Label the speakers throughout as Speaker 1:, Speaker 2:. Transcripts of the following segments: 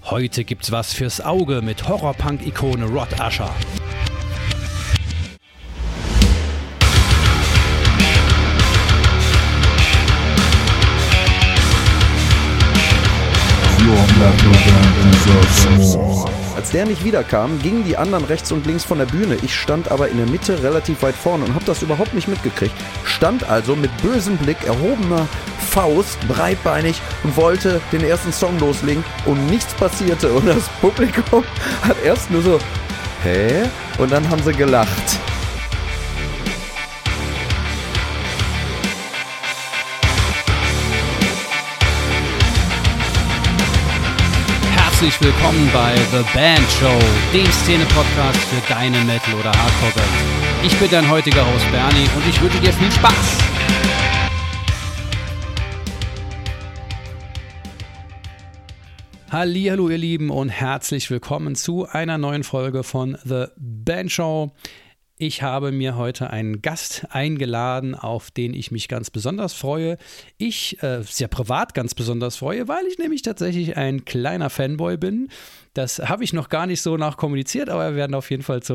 Speaker 1: Heute gibt's was fürs Auge mit Horrorpunk-Ikone Rod Usher.
Speaker 2: Als der nicht wiederkam, gingen die anderen rechts und links von der Bühne. Ich stand aber in der Mitte relativ weit vorne und habe das überhaupt nicht mitgekriegt. Stand also mit bösem Blick, erhobener Faust, breitbeinig und wollte den ersten Song loslegen und nichts passierte. Und das Publikum hat erst nur so, hä? Und dann haben sie gelacht.
Speaker 1: Herzlich willkommen bei The Band Show, dem Szene-Podcast für deine Metal- oder Hardcore-Band. Ich bin dein heutiger Host Bernie und ich wünsche dir viel Spaß. Hallihallo ihr Lieben und herzlich willkommen zu einer neuen Folge von The Band Show. Ich habe mir heute einen Gast eingeladen, auf den ich mich ganz besonders freue. Sehr privat ganz besonders freue, weil ich nämlich tatsächlich ein kleiner Fanboy bin. Das habe ich noch gar nicht so nachkommuniziert, aber das wird auf jeden Fall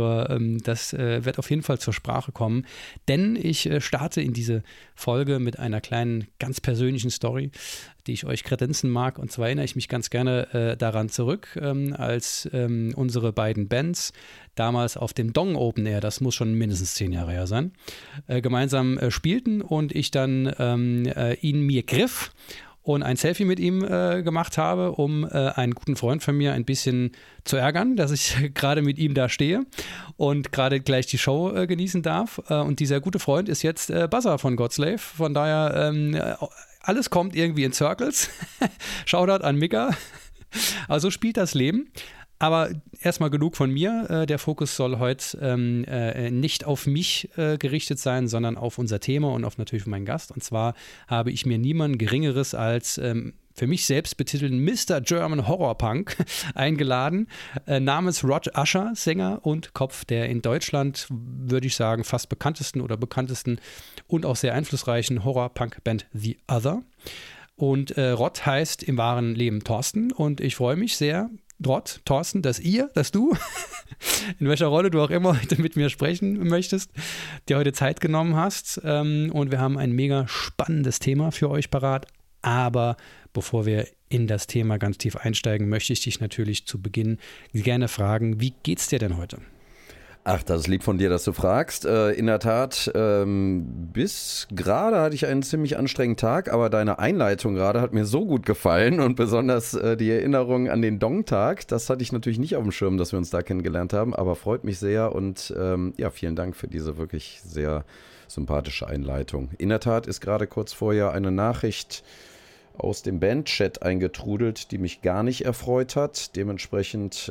Speaker 1: zur Sprache kommen. Denn ich starte in diese Folge mit einer kleinen, ganz persönlichen Story, die ich euch kredenzen mag. Und zwar erinnere ich mich ganz gerne daran zurück, als unsere beiden Bands damals auf dem Dong Open Air, das muss schon mindestens 10 Jahre her sein, gemeinsam spielten und ich dann ihn mir griff und ein Selfie mit ihm gemacht habe, um einen guten Freund von mir ein bisschen zu ärgern, dass ich gerade mit ihm da stehe und gerade gleich die Show genießen darf. Und dieser gute Freund ist jetzt Buzzer von Godslave. Von daher, alles kommt irgendwie in Circles. Shoutout an Mika. Also spielt das Leben. Aber erstmal genug von mir. Der Fokus soll heute nicht auf mich gerichtet sein, sondern auf unser Thema und auf natürlich meinen Gast. Und zwar habe ich mir niemand Geringeres als für mich selbst betitelten Mr. German Horror Punk eingeladen, namens Rod Usher, Sänger und Kopf der in Deutschland, würde ich sagen, fast bekanntesten und auch sehr einflussreichen Horror-Punk-Band The Other. Und Rod heißt im wahren Leben Thorsten und ich freue mich sehr, Rod, Thorsten, dass du, in welcher Rolle du auch immer heute mit mir sprechen möchtest, dir heute Zeit genommen hast. Und wir haben ein mega spannendes Thema für euch parat. Aber bevor wir in das Thema ganz tief einsteigen, möchte ich dich natürlich zu Beginn gerne fragen, wie geht's dir denn heute?
Speaker 2: Ach, das ist lieb von dir, dass du fragst. In der Tat, bis gerade hatte ich einen ziemlich anstrengenden Tag, aber deine Einleitung gerade hat mir so gut gefallen und besonders die Erinnerung an den Dong-Tag, das hatte ich natürlich nicht auf dem Schirm, dass wir uns da kennengelernt haben, aber freut mich sehr und vielen Dank für diese wirklich sehr sympathische Einleitung. In der Tat ist gerade kurz vorher eine Nachricht aus dem Bandchat eingetrudelt, die mich gar nicht erfreut hat. Dementsprechend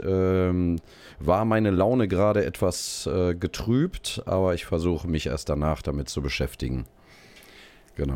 Speaker 2: war meine Laune gerade etwas getrübt, aber ich versuche mich erst danach damit zu beschäftigen. Genau.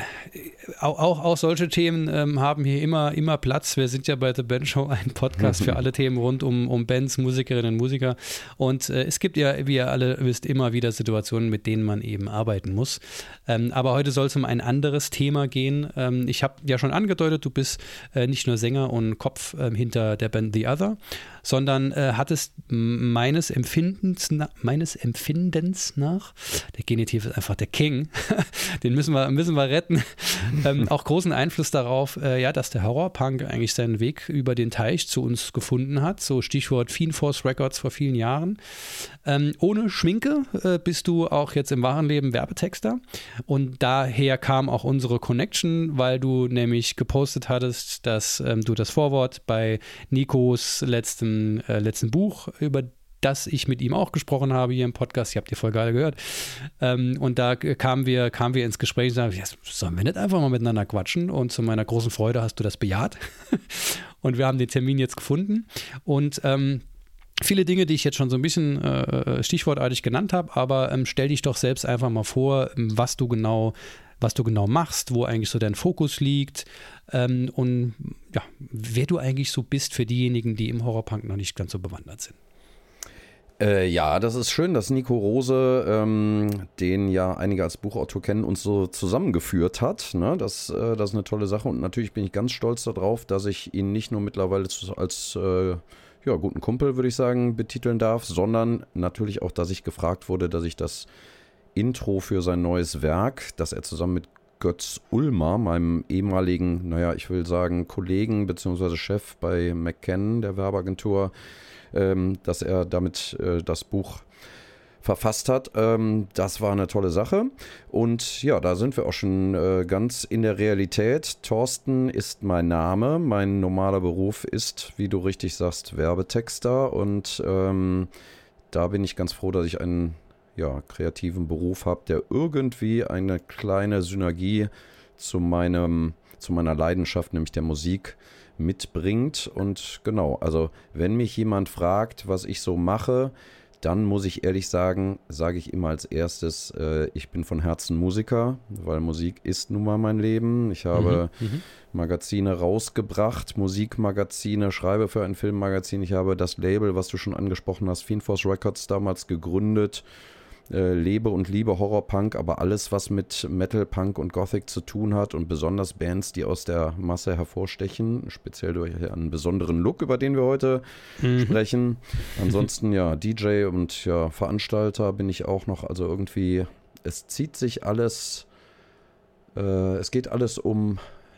Speaker 1: Auch solche Themen haben hier immer Platz. Wir sind ja bei The Band Show ein Podcast für alle Themen rund um Bands, Musikerinnen und Musiker. Und es gibt ja, wie ihr alle wisst, immer wieder Situationen, mit denen man eben arbeiten muss. Aber heute soll es um ein anderes Thema gehen. Ich habe ja schon angedeutet, du bist nicht nur Sänger und Kopf hinter der Band The Other, sondern hattest meines Empfindens nach, der Genitiv ist einfach der King, den müssen wir retten, auch großen Einfluss darauf, dass der Horrorpunk eigentlich seinen Weg über den Teich zu uns gefunden hat, so Stichwort Fiend Force Records vor vielen Jahren. Ohne Schminke bist du auch jetzt im wahren Leben Werbetexter und daher kam auch unsere Connection, weil du nämlich gepostet hattest, dass du das Vorwort bei Nikos letzten Buch, über das ich mit ihm auch gesprochen habe hier im Podcast, ihr habt die Folge alle gehört, und da kamen wir ins Gespräch und sagten, sollen wir nicht einfach mal miteinander quatschen? Und zu meiner großen Freude hast du das bejaht und wir haben den Termin jetzt gefunden und viele Dinge, die ich jetzt schon so ein bisschen stichwortartig genannt habe, aber stell dich doch selbst einfach mal vor, was du genau machst, wo eigentlich so dein Fokus liegt und wer du eigentlich so bist für diejenigen, die im Horrorpunk noch nicht ganz so bewandert sind.
Speaker 2: Ja, das ist schön, dass Nico Rose, den ja einige als Buchautor kennen, uns so zusammengeführt hat. Ne? Das ist eine tolle Sache und natürlich bin ich ganz stolz darauf, dass ich ihn nicht nur mittlerweile als guten Kumpel, würde ich sagen, betiteln darf, sondern natürlich auch, dass ich gefragt wurde, dass ich das Intro für sein neues Werk, das er zusammen mit Götz Ulmer, meinem ehemaligen, ich will sagen, Kollegen bzw. Chef bei McKenna, der Werbeagentur, dass er damit das Buch verfasst hat. Das war eine tolle Sache. Und ja, da sind wir auch schon ganz in der Realität. Thorsten ist mein Name. Mein normaler Beruf ist, wie du richtig sagst, Werbetexter. Und da bin ich ganz froh, dass ich einen kreativen Beruf habe, der irgendwie eine kleine Synergie zu meiner Leidenschaft, nämlich der Musik, mitbringt. Und genau, also wenn mich jemand fragt, was ich so mache, dann muss ich ehrlich sagen, sage ich immer als erstes, ich bin von Herzen Musiker, weil Musik ist nun mal mein Leben. Ich habe Magazine rausgebracht, Musikmagazine, schreibe für ein Filmmagazin. Ich habe das Label, was du schon angesprochen hast, Fiendforce Records damals gegründet. Lebe und liebe Horrorpunk, aber alles, was mit Metal, Punk und Gothic zu tun hat und besonders Bands, die aus der Masse hervorstechen, speziell durch einen besonderen Look, über den wir heute sprechen. Ansonsten DJ und Veranstalter bin ich auch noch, also irgendwie, es zieht sich alles, es geht alles um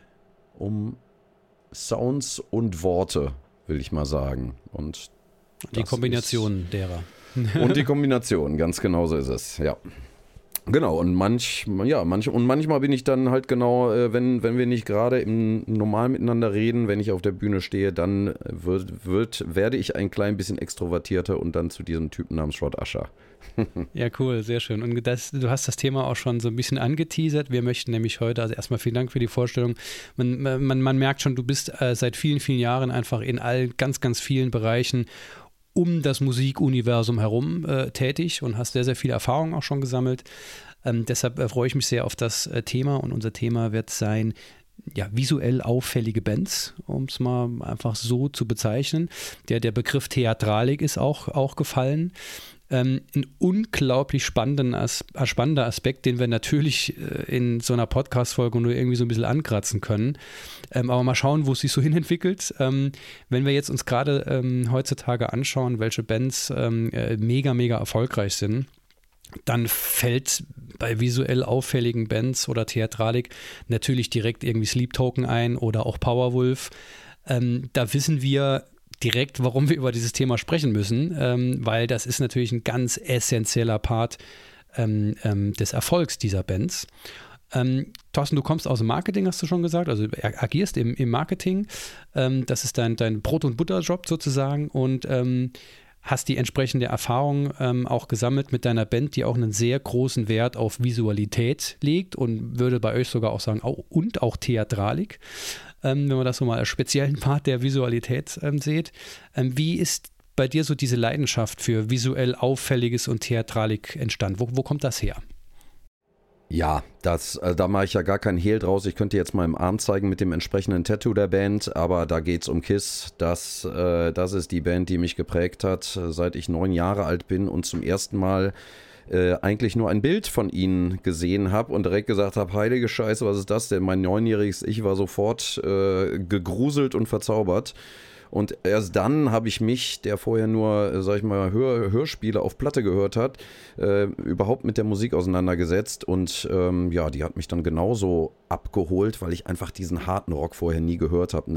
Speaker 2: Sounds und Worte, will ich mal sagen. Und
Speaker 1: die Kombination derer.
Speaker 2: Und die Kombination, ganz genau so ist es, ja. Genau, und manchmal bin ich dann halt genau, wenn wir nicht gerade im normal miteinander reden, wenn ich auf der Bühne stehe, dann werde ich ein klein bisschen extrovertierter und dann zu diesem Typen namens Rod Usher.
Speaker 1: Ja, cool, sehr schön. Und du hast das Thema auch schon so ein bisschen angeteasert. Wir möchten nämlich heute, also erstmal vielen Dank für die Vorstellung. Man merkt schon, du bist seit vielen, vielen Jahren einfach in ganz, ganz vielen Bereichen um das Musikuniversum herum tätig und hast sehr, sehr viel Erfahrung auch schon gesammelt. Deshalb freue ich mich sehr auf das Thema und unser Thema wird sein, visuell auffällige Bands, um es mal einfach so zu bezeichnen. Der Begriff Theatralik ist auch gefallen. Ein unglaublich spannender Aspekt, den wir natürlich in so einer Podcast-Folge nur irgendwie so ein bisschen ankratzen können. Aber mal schauen, wo es sich so hinentwickelt. Wenn wir jetzt uns gerade heutzutage anschauen, welche Bands mega, mega erfolgreich sind, dann fällt bei visuell auffälligen Bands oder Theatralik natürlich direkt irgendwie Sleep Token ein oder auch Powerwolf. Da wissen wir direkt, warum wir über dieses Thema sprechen müssen, weil das ist natürlich ein ganz essentieller Part des Erfolgs dieser Bands. Thorsten, du kommst aus dem Marketing, hast du schon gesagt, also agierst im Marketing. Das ist dein Brot- und Butterjob sozusagen und hast die entsprechende Erfahrung auch gesammelt mit deiner Band, die auch einen sehr großen Wert auf Visualität legt und würde bei euch sogar auch sagen, und auch Theatralik, wenn man das so mal als speziellen Part der Visualität seht. Wie ist bei dir so diese Leidenschaft für visuell Auffälliges und Theatralik entstanden? Wo kommt das her?
Speaker 2: Ja, da mache ich ja gar keinen Hehl draus. Ich könnte jetzt mal im Arm zeigen mit dem entsprechenden Tattoo der Band, aber da geht's um Kiss. Das ist die Band, die mich geprägt hat, seit ich 9 Jahre alt bin und zum ersten Mal eigentlich nur ein Bild von ihnen gesehen habe und direkt gesagt habe, heilige Scheiße, was ist das denn? Mein 9-jähriges Ich war sofort gegruselt und verzaubert. Und erst dann habe ich mich, der vorher nur, sag ich mal, Hörspiele auf Platte gehört hat, überhaupt mit der Musik auseinandergesetzt. Und die hat mich dann genauso abgeholt, weil ich einfach diesen harten Rock vorher nie gehört habe. Und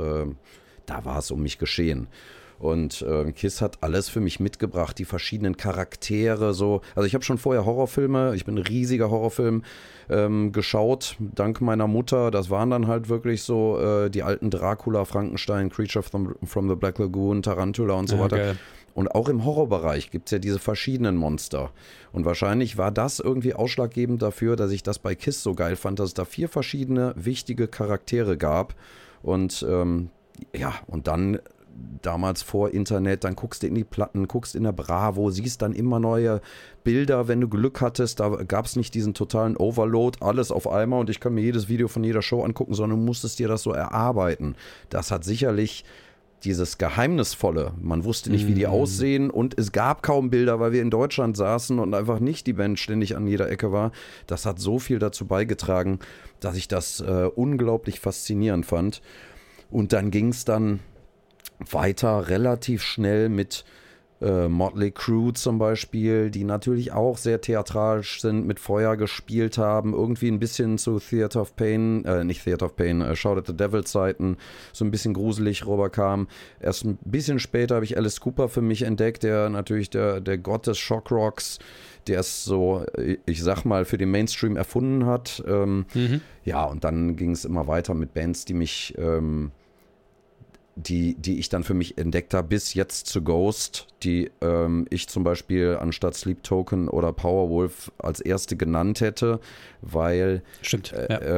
Speaker 2: da war es um mich geschehen. Und Kiss hat alles für mich mitgebracht, die verschiedenen Charaktere so. Also ich habe schon vorher Horrorfilme, ich bin ein riesiger Horrorfilm geschaut, dank meiner Mutter. Das waren dann halt wirklich so die alten Dracula, Frankenstein, Creature from the Black Lagoon, Tarantula und so weiter. Geil. Und auch im Horrorbereich gibt es ja diese verschiedenen Monster. Und wahrscheinlich war das irgendwie ausschlaggebend dafür, dass ich das bei Kiss so geil fand, dass es da 4 verschiedene wichtige Charaktere gab. Und und dann damals vor Internet, dann guckst du in die Platten, guckst in der Bravo, siehst dann immer neue Bilder, wenn du Glück hattest, da gab es nicht diesen totalen Overload, alles auf einmal und ich kann mir jedes Video von jeder Show angucken, sondern du musstest dir das so erarbeiten. Das hat sicherlich dieses Geheimnisvolle. Man wusste nicht, wie die aussehen und es gab kaum Bilder, weil wir in Deutschland saßen und einfach nicht die Band ständig an jeder Ecke war. Das hat so viel dazu beigetragen, dass ich das unglaublich faszinierend fand. Und dann ging es dann weiter relativ schnell mit Motley Crue zum Beispiel, die natürlich auch sehr theatralisch sind, mit Feuer gespielt haben, irgendwie ein bisschen zu Theater of Pain, Shout at the Devil Zeiten, so ein bisschen gruselig rüberkam. Erst ein bisschen später habe ich Alice Cooper für mich entdeckt, der natürlich der Gott des Shockrocks, der es so, ich sag mal, für den Mainstream erfunden hat. Ja, und dann ging es immer weiter mit Bands, die mich die ich dann für mich entdeckt habe, bis jetzt zu Ghost, die ich zum Beispiel anstatt Sleep Token oder Powerwolf als erste genannt hätte, weil
Speaker 1: Stimmt,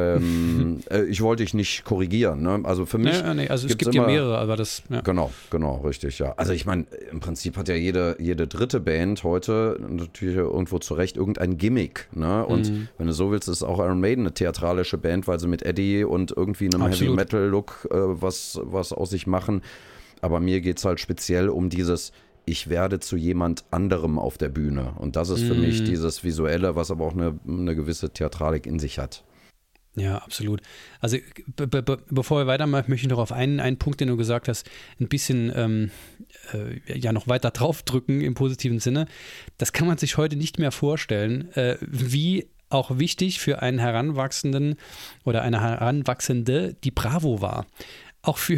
Speaker 2: ich wollte dich nicht korrigieren. Ne? Also für mich
Speaker 1: nee, also es gibt ja mehrere, aber das... Ja.
Speaker 2: Genau, richtig, ja. Also ich meine, im Prinzip hat ja jede dritte Band heute natürlich irgendwo zu Recht irgendein Gimmick. Ne? Und wenn du so willst, ist auch Iron Maiden eine theatralische Band, weil sie mit Eddie und irgendwie einem Heavy-Metal-Look was aus sich machen. Aber mir geht es halt speziell um dieses, ich werde zu jemand anderem auf der Bühne. Und das ist für mich dieses Visuelle, was aber auch eine gewisse Theatralik in sich hat.
Speaker 1: Ja, absolut. Also bevor wir weitermachen, möchte ich noch auf einen Punkt, den du gesagt hast, ein bisschen noch weiter draufdrücken im positiven Sinne. Das kann man sich heute nicht mehr vorstellen, wie auch wichtig für einen Heranwachsenden oder eine Heranwachsende die Bravo war. Auch für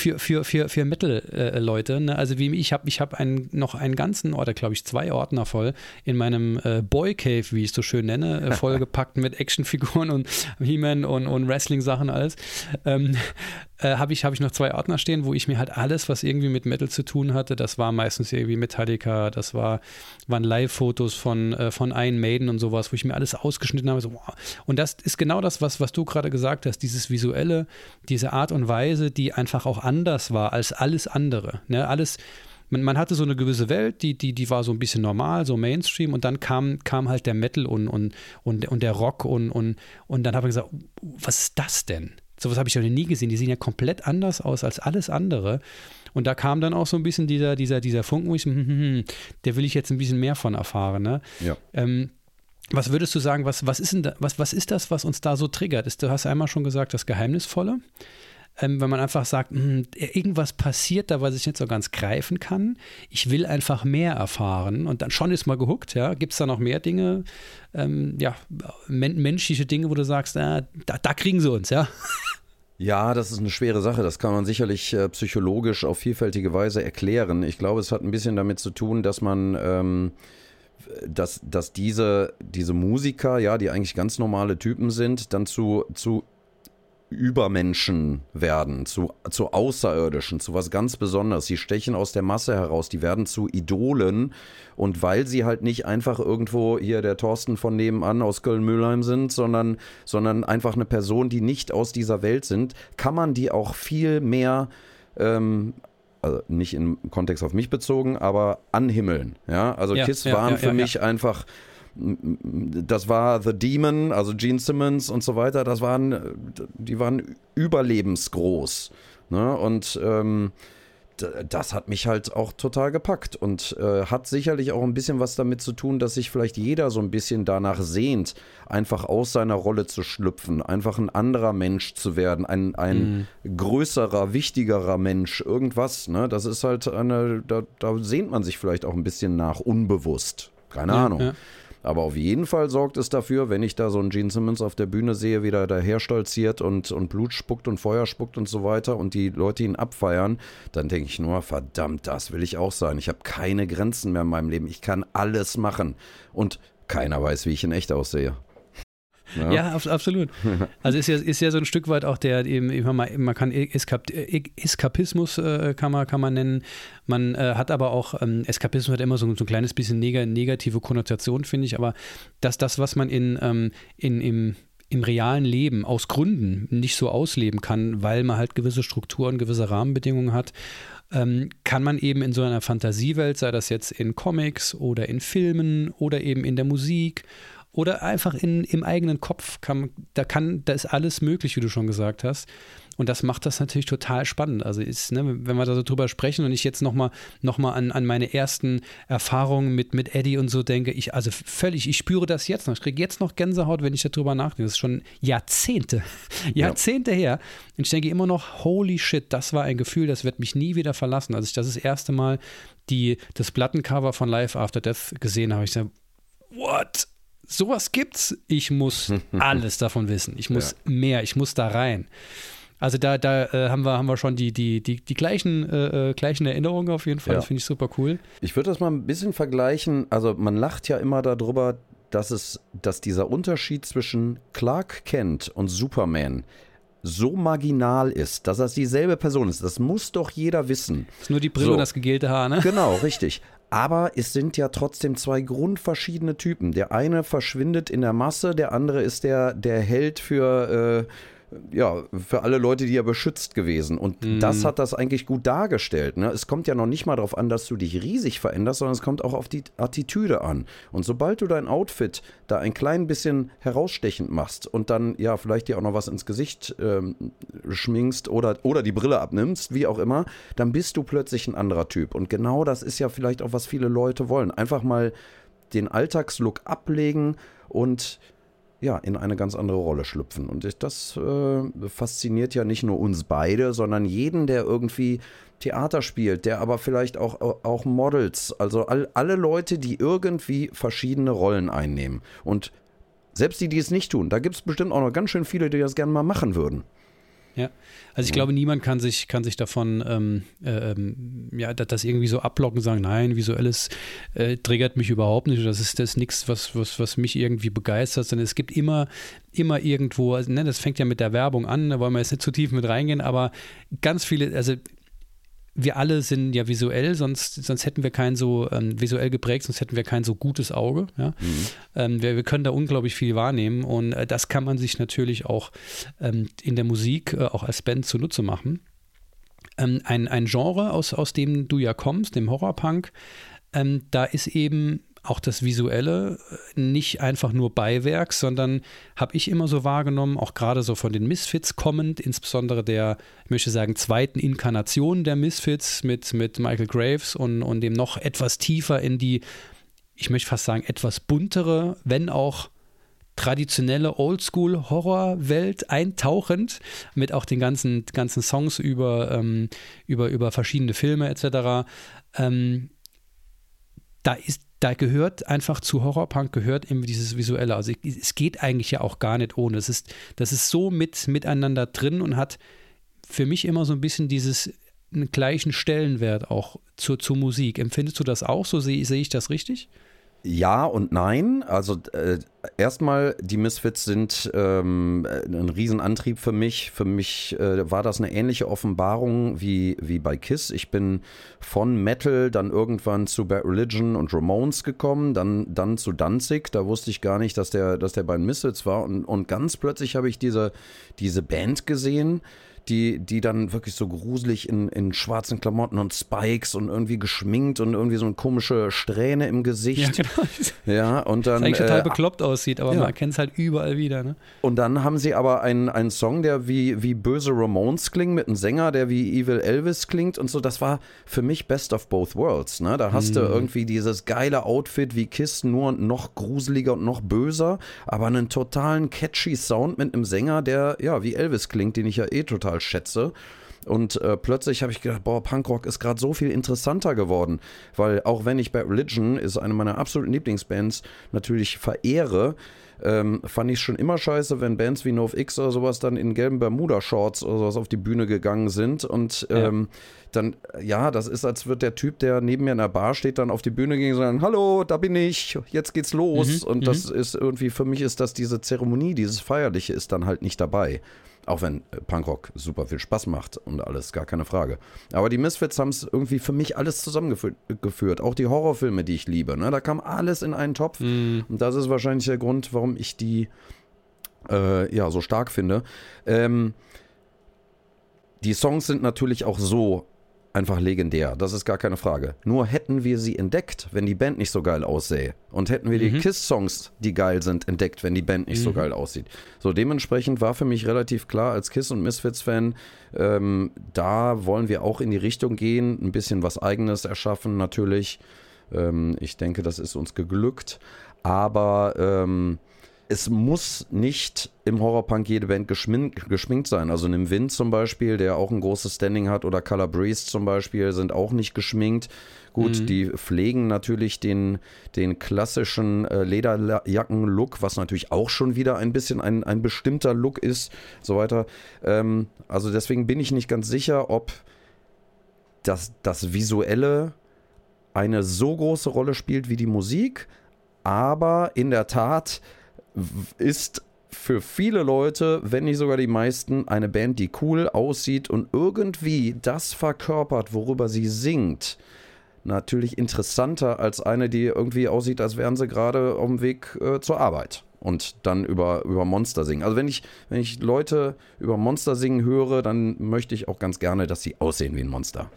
Speaker 1: Metal-Leute. Ne? Also wie ich habe noch einen ganzen, oder glaube ich 2 Ordner voll in meinem Boy Cave, wie ich es so schön nenne, vollgepackt mit Actionfiguren und He-Man und Wrestling-Sachen alles. Habe ich noch 2 Ordner stehen, wo ich mir halt alles, was irgendwie mit Metal zu tun hatte, das war meistens irgendwie Metallica, das waren Live-Fotos von Iron Maiden und sowas, wo ich mir alles ausgeschnitten habe. So, wow. Und das ist genau das, was du gerade gesagt hast, dieses Visuelle, diese Art und Weise, die einfach auch anders war als alles andere. Ne? Man hatte so eine gewisse Welt, die war so ein bisschen normal, so Mainstream, und dann kam halt der Metal und der Rock und dann habe ich gesagt, was ist das denn? Sowas habe ich ja noch nie gesehen. Die sehen ja komplett anders aus als alles andere. Und da kam dann auch so ein bisschen dieser Funken, wo ich der will ich jetzt ein bisschen mehr von erfahren. Ne? Ja. Was würdest du sagen, was ist denn was ist das, was uns da so triggert? Du hast einmal schon gesagt, das Geheimnisvolle. Wenn man einfach sagt, irgendwas passiert da, was ich nicht so ganz greifen kann. Ich will einfach mehr erfahren und dann schon ist mal gehuckt. Ja? Gibt es da noch mehr Dinge, menschliche Dinge, wo du sagst, da kriegen sie uns, ja?
Speaker 2: Ja, das ist eine schwere Sache. Das kann man sicherlich psychologisch auf vielfältige Weise erklären. Ich glaube, es hat ein bisschen damit zu tun, dass man dass diese Musiker, ja, die eigentlich ganz normale Typen sind, dann zu Übermenschen werden, zu Außerirdischen, zu was ganz Besonderes. Sie stechen aus der Masse heraus, die werden zu Idolen, und weil sie halt nicht einfach irgendwo hier der Thorsten von nebenan aus Köln-Mühlheim sind, sondern einfach eine Person, die nicht aus dieser Welt sind, kann man die auch viel mehr, also nicht im Kontext auf mich bezogen, aber anhimmeln. Ja? Also KISS waren für mich einfach... Das war The Demon, also Gene Simmons und so weiter, die waren überlebensgroß. Ne? Und das hat mich halt auch total gepackt und hat sicherlich auch ein bisschen was damit zu tun, dass sich vielleicht jeder so ein bisschen danach sehnt, einfach aus seiner Rolle zu schlüpfen, einfach ein anderer Mensch zu werden, ein größerer, wichtigerer Mensch, irgendwas. Ne? Das ist halt da sehnt man sich vielleicht auch ein bisschen nach, unbewusst. Keine Ahnung. Ja. Aber auf jeden Fall sorgt es dafür, wenn ich da so einen Gene Simmons auf der Bühne sehe, wie der daher stolziert und Blut spuckt und Feuer spuckt und so weiter und die Leute ihn abfeiern, dann denke ich nur, verdammt, das will ich auch sein. Ich habe keine Grenzen mehr in meinem Leben. Ich kann alles machen. Und keiner weiß, wie ich in echt aussehe.
Speaker 1: Ja, absolut. Also ist ja so ein Stück weit auch der, man kann Eskapismus kann man nennen. Man hat aber auch, Eskapismus hat immer so ein kleines bisschen negative Konnotation, finde ich, aber das, was man im realen Leben aus Gründen nicht so ausleben kann, weil man halt gewisse Strukturen, gewisse Rahmenbedingungen hat, kann man eben in so einer Fantasiewelt, sei das jetzt in Comics oder in Filmen oder eben in der Musik oder einfach im eigenen Kopf. Da ist alles möglich, wie du schon gesagt hast. Und das macht das natürlich total spannend. Also wenn wir da so drüber sprechen und ich jetzt nochmal an meine ersten Erfahrungen mit Eddie und so denke, ich spüre das jetzt noch. Ich kriege jetzt noch Gänsehaut, wenn ich darüber nachdenke. Das ist schon Jahrzehnte her. Und ich denke immer noch, holy shit, das war ein Gefühl, das wird mich nie wieder verlassen. Als ich das erste Mal das Plattencover von Live After Death gesehen habe, ich gesagt, what? Sowas gibt's? Ich muss alles davon wissen. Ich muss mehr, ich muss da rein. Also da haben wir schon die gleichen Erinnerungen auf jeden Fall. Ja. Das finde ich super cool.
Speaker 2: Ich würde das mal ein bisschen vergleichen. Also man lacht ja immer darüber, dass dieser Unterschied zwischen Clark Kent und Superman so marginal ist, dass das dieselbe Person ist. Das muss doch jeder wissen.
Speaker 1: Das ist nur die Brille und das gegelte Haar, ne?
Speaker 2: Genau, richtig. Aber es sind ja trotzdem zwei grundverschiedene Typen. Der eine verschwindet in der Masse, der andere ist der Held für alle Leute, die er beschützt gewesen. Und das hat das eigentlich gut dargestellt. Ne? Es kommt ja noch nicht mal darauf an, dass du dich riesig veränderst, sondern es kommt auch auf die Attitüde an. Und sobald du dein Outfit da ein klein bisschen herausstechend machst und dann vielleicht dir auch noch was ins Gesicht schminkst oder die Brille abnimmst, wie auch immer, dann bist du plötzlich ein anderer Typ. Und genau das ist ja vielleicht auch, was viele Leute wollen. Einfach mal den Alltagslook ablegen und in eine ganz andere Rolle schlüpfen. Und das fasziniert ja nicht nur uns beide, sondern jeden, der irgendwie Theater spielt, der aber vielleicht auch Models, also alle Leute, die irgendwie verschiedene Rollen einnehmen. Und selbst die es nicht tun, da gibt es bestimmt auch noch ganz schön viele, die das gerne mal machen würden.
Speaker 1: Ja, also ich glaube, niemand kann sich davon das irgendwie so ablocken und sagen, nein, Visuelles triggert mich überhaupt nicht. Das ist nichts, was mich irgendwie begeistert, sondern es gibt immer irgendwo, also, das fängt ja mit der Werbung an, da wollen wir jetzt nicht zu tief mit reingehen, aber ganz viele, also wir alle sind ja visuell, sonst hätten wir kein so visuell geprägt, sonst hätten wir kein so gutes Auge. Ja? Wir können da unglaublich viel wahrnehmen und das kann man sich natürlich auch in der Musik auch als Band zunutze machen. Ein Genre, aus dem du ja kommst, dem Horrorpunk, da ist eben auch das Visuelle nicht einfach nur Beiwerk, sondern habe ich immer so wahrgenommen, auch gerade so von den Misfits kommend, insbesondere ich möchte sagen, zweiten Inkarnation der Misfits mit Michael Graves und dem noch etwas tiefer in die, ich möchte fast sagen, etwas buntere, wenn auch traditionelle Oldschool-Horrorwelt eintauchend, mit auch den ganzen Songs über verschiedene Filme etc. Da gehört einfach zu Horrorpunk gehört eben dieses Visuelle. Also es geht eigentlich ja auch gar nicht ohne. Das ist so miteinander drin und hat für mich immer so ein bisschen einen gleichen Stellenwert auch zur Musik. Empfindest du das auch? So sehe ich das richtig?
Speaker 2: Ja und nein. Also erstmal, die Misfits sind ein Riesenantrieb für mich. Für mich war das eine ähnliche Offenbarung wie bei Kiss. Ich bin von Metal dann irgendwann zu Bad Religion und Ramones gekommen, dann zu Danzig. Da wusste ich gar nicht, dass der bei den Misfits war. Und ganz plötzlich habe ich diese Band gesehen, die dann wirklich so gruselig in schwarzen Klamotten und Spikes und irgendwie geschminkt und irgendwie so eine komische Strähne im Gesicht.
Speaker 1: Ja, genau.
Speaker 2: Ja, und dann,
Speaker 1: das eigentlich total bekloppt aussieht, aber man erkennt es halt überall wieder. Ne?
Speaker 2: Und dann haben sie aber einen Song, der wie böse Ramones klingt, mit einem Sänger, der wie Evil Elvis klingt und so. Das war für mich Best of Both Worlds. Ne? Da hast du irgendwie dieses geile Outfit wie Kiss, nur noch gruseliger und noch böser, aber einen totalen catchy Sound mit einem Sänger, der wie Elvis klingt, den ich ja total schätze. Und plötzlich habe ich gedacht, Punkrock ist gerade so viel interessanter geworden, weil auch wenn ich Bad Religion, ist eine meiner absoluten Lieblingsbands, natürlich verehre, fand ich es schon immer scheiße, wenn Bands wie NoFX oder sowas dann in gelben Bermuda-Shorts oder sowas auf die Bühne gegangen sind und dann, das ist, als wird der Typ, der neben mir in der Bar steht, dann auf die Bühne gehen und sagen, hallo, da bin ich, jetzt geht's los. Und das ist irgendwie, für mich ist das diese Zeremonie, dieses Feierliche ist dann halt nicht dabei. Auch wenn Punkrock super viel Spaß macht und alles, gar keine Frage. Aber die Misfits haben es irgendwie für mich alles zusammengeführt. Auch die Horrorfilme, die ich liebe. Ne? Da kam alles in einen Topf. Und das ist wahrscheinlich der Grund, warum ich die so stark finde. Die Songs sind natürlich auch so einfach legendär, das ist gar keine Frage. Nur hätten wir sie entdeckt, wenn die Band nicht so geil aussähe. Und hätten wir die KISS-Songs, die geil sind, entdeckt, wenn die Band nicht so geil aussieht. So, dementsprechend war für mich relativ klar als KISS- und Misfits-Fan, da wollen wir auch in die Richtung gehen, ein bisschen was Eigenes erschaffen natürlich. Ich denke, das ist uns geglückt. Aber es muss nicht im Horrorpunk jede Band geschminkt sein. Also Nimm Wind zum Beispiel, der auch ein großes Standing hat, oder Color Breeze zum Beispiel, sind auch nicht geschminkt. Gut, die pflegen natürlich den klassischen Lederjacken-Look, was natürlich auch schon wieder ein bisschen ein bestimmter Look ist, so weiter. Also deswegen bin ich nicht ganz sicher, ob das Visuelle eine so große Rolle spielt wie die Musik, aber in der Tat ist für viele Leute, wenn nicht sogar die meisten, eine Band, die cool aussieht und irgendwie das verkörpert, worüber sie singt, natürlich interessanter als eine, die irgendwie aussieht, als wären sie gerade auf dem Weg zur Arbeit und dann über Monster singen. Also wenn ich Leute über Monster singen höre, dann möchte ich auch ganz gerne, dass sie aussehen wie ein Monster.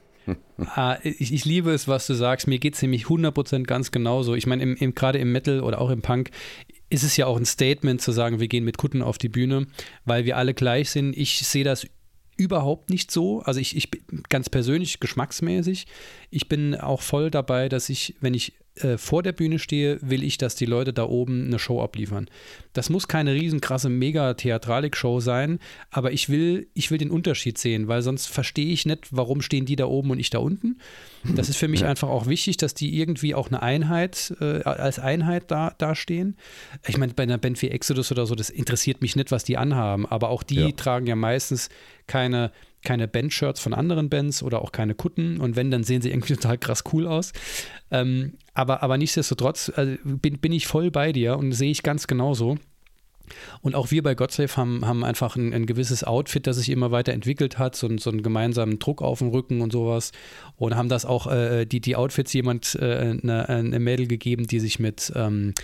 Speaker 1: Ich liebe es, was du sagst. Mir geht es nämlich 100% ganz genauso. Ich meine, gerade im Metal oder auch im Punk ist es ja auch ein Statement zu sagen, wir gehen mit Kutten auf die Bühne, weil wir alle gleich sind. Ich sehe das überhaupt nicht so. Also ich ganz persönlich, geschmacksmäßig, ich bin auch voll dabei, dass wenn ich vor der Bühne stehe, will ich, dass die Leute da oben eine Show abliefern. Das muss keine riesenkrasse Mega-Theatralik-Show sein, aber ich will den Unterschied sehen, weil sonst verstehe ich nicht, warum stehen die da oben und ich da unten. Das ist für mich einfach auch wichtig, dass die irgendwie auch eine Einheit, als Einheit da stehen. Ich meine, bei einer Band wie Exodus oder so, das interessiert mich nicht, was die anhaben, aber auch die tragen ja meistens keine Bandshirts von anderen Bands oder auch keine Kutten, und wenn, dann sehen sie irgendwie total krass cool aus. Aber nichtsdestotrotz bin ich voll bei dir und sehe ich ganz genauso. Und auch wir bei GodSave haben einfach ein gewisses Outfit, das sich immer weiter entwickelt hat, so einen gemeinsamen Druck auf dem Rücken und sowas, und haben das auch, die Outfits, jemand eine Mädel gegeben, die sich mit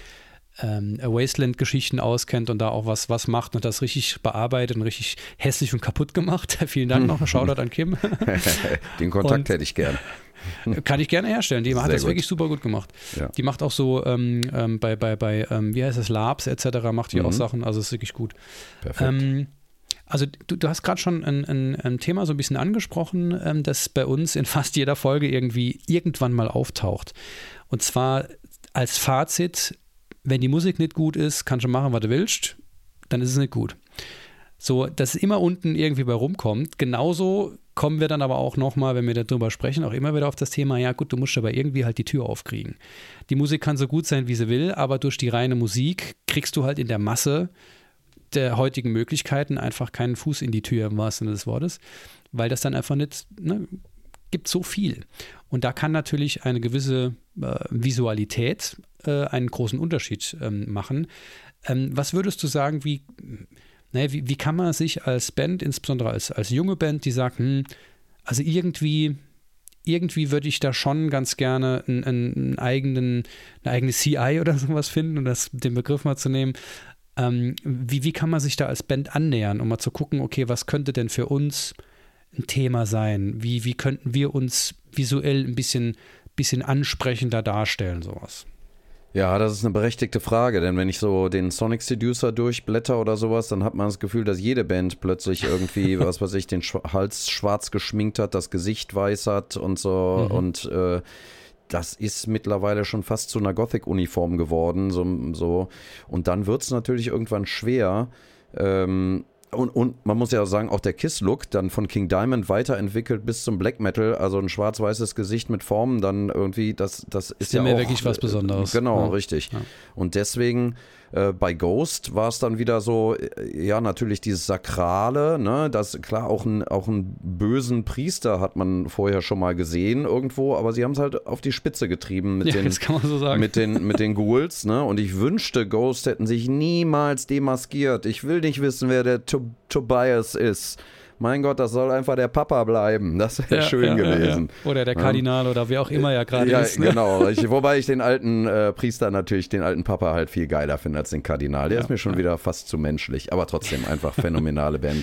Speaker 1: Wasteland-Geschichten auskennt und da auch was macht und das richtig bearbeitet und richtig hässlich und kaputt gemacht. Vielen Dank noch, Shoutout an Kim.
Speaker 2: Den Kontakt hätte ich gern.
Speaker 1: Kann ich gerne herstellen. Die hat das wirklich super gut gemacht. Ja. Die macht auch so bei wie heißt das, Labs etc. macht die auch Sachen, also ist wirklich gut.
Speaker 2: Perfekt.
Speaker 1: Also du hast gerade schon ein Thema so ein bisschen angesprochen, das bei uns in fast jeder Folge irgendwann mal auftaucht. Und zwar als Fazit: Wenn die Musik nicht gut ist, kannst du machen, was du willst, dann ist es nicht gut. So, dass es immer unten irgendwie bei rumkommt. Genauso kommen wir dann aber auch nochmal, wenn wir darüber sprechen, auch immer wieder auf das Thema, ja gut, du musst aber irgendwie halt die Tür aufkriegen. Die Musik kann so gut sein, wie sie will, aber durch die reine Musik kriegst du halt in der Masse der heutigen Möglichkeiten einfach keinen Fuß in die Tür, im wahrsten Sinne des Wortes, weil das dann einfach nicht, gibt so viel. Und da kann natürlich eine gewisse Visualität einen großen Unterschied machen. Was würdest du sagen, wie kann man sich als Band, insbesondere als junge Band, die sagt, also irgendwie würde ich da schon ganz gerne eine eigene CI oder sowas finden, um den Begriff mal zu nehmen. Wie kann man sich da als Band annähern, um mal zu gucken, okay, was könnte denn für uns ein Thema sein? Wie könnten wir uns visuell ein bisschen ansprechender darstellen, sowas?
Speaker 2: Ja, das ist eine berechtigte Frage, denn wenn ich so den Sonic Seducer durchblätter oder sowas, dann hat man das Gefühl, dass jede Band plötzlich irgendwie, was weiß ich, den Hals schwarz geschminkt hat, das Gesicht weiß hat und so. Und das ist mittlerweile schon fast zu einer Gothic-Uniform geworden. So. Und dann wird es natürlich irgendwann schwer. Und man muss ja sagen, auch der Kiss-Look dann von King Diamond weiterentwickelt bis zum Black Metal, also ein schwarz-weißes Gesicht mit Formen, dann irgendwie, das ist ja auch
Speaker 1: wirklich was Besonderes.
Speaker 2: Genau, ja. Richtig. Ja. Und deswegen bei Ghost war es dann wieder so, ja, natürlich dieses Sakrale, ne, das, klar, auch einen bösen Priester hat man vorher schon mal gesehen irgendwo, aber sie haben es halt auf die Spitze getrieben mit
Speaker 1: das kann man so sagen.
Speaker 2: mit den Ghouls, ne, und ich wünschte, Ghost hätten sich niemals demaskiert. Ich will nicht wissen, wer der Tobias ist. Mein Gott, das soll einfach der Papa bleiben. Das wäre schön gewesen.
Speaker 1: Ja. Oder der Kardinal oder wer auch immer gerade ist. Ne?
Speaker 2: Genau. Wobei ich den alten Priester natürlich, den alten Papa halt viel geiler finde als den Kardinal. Der ist mir schon wieder fast zu menschlich. Aber trotzdem einfach phänomenale Band.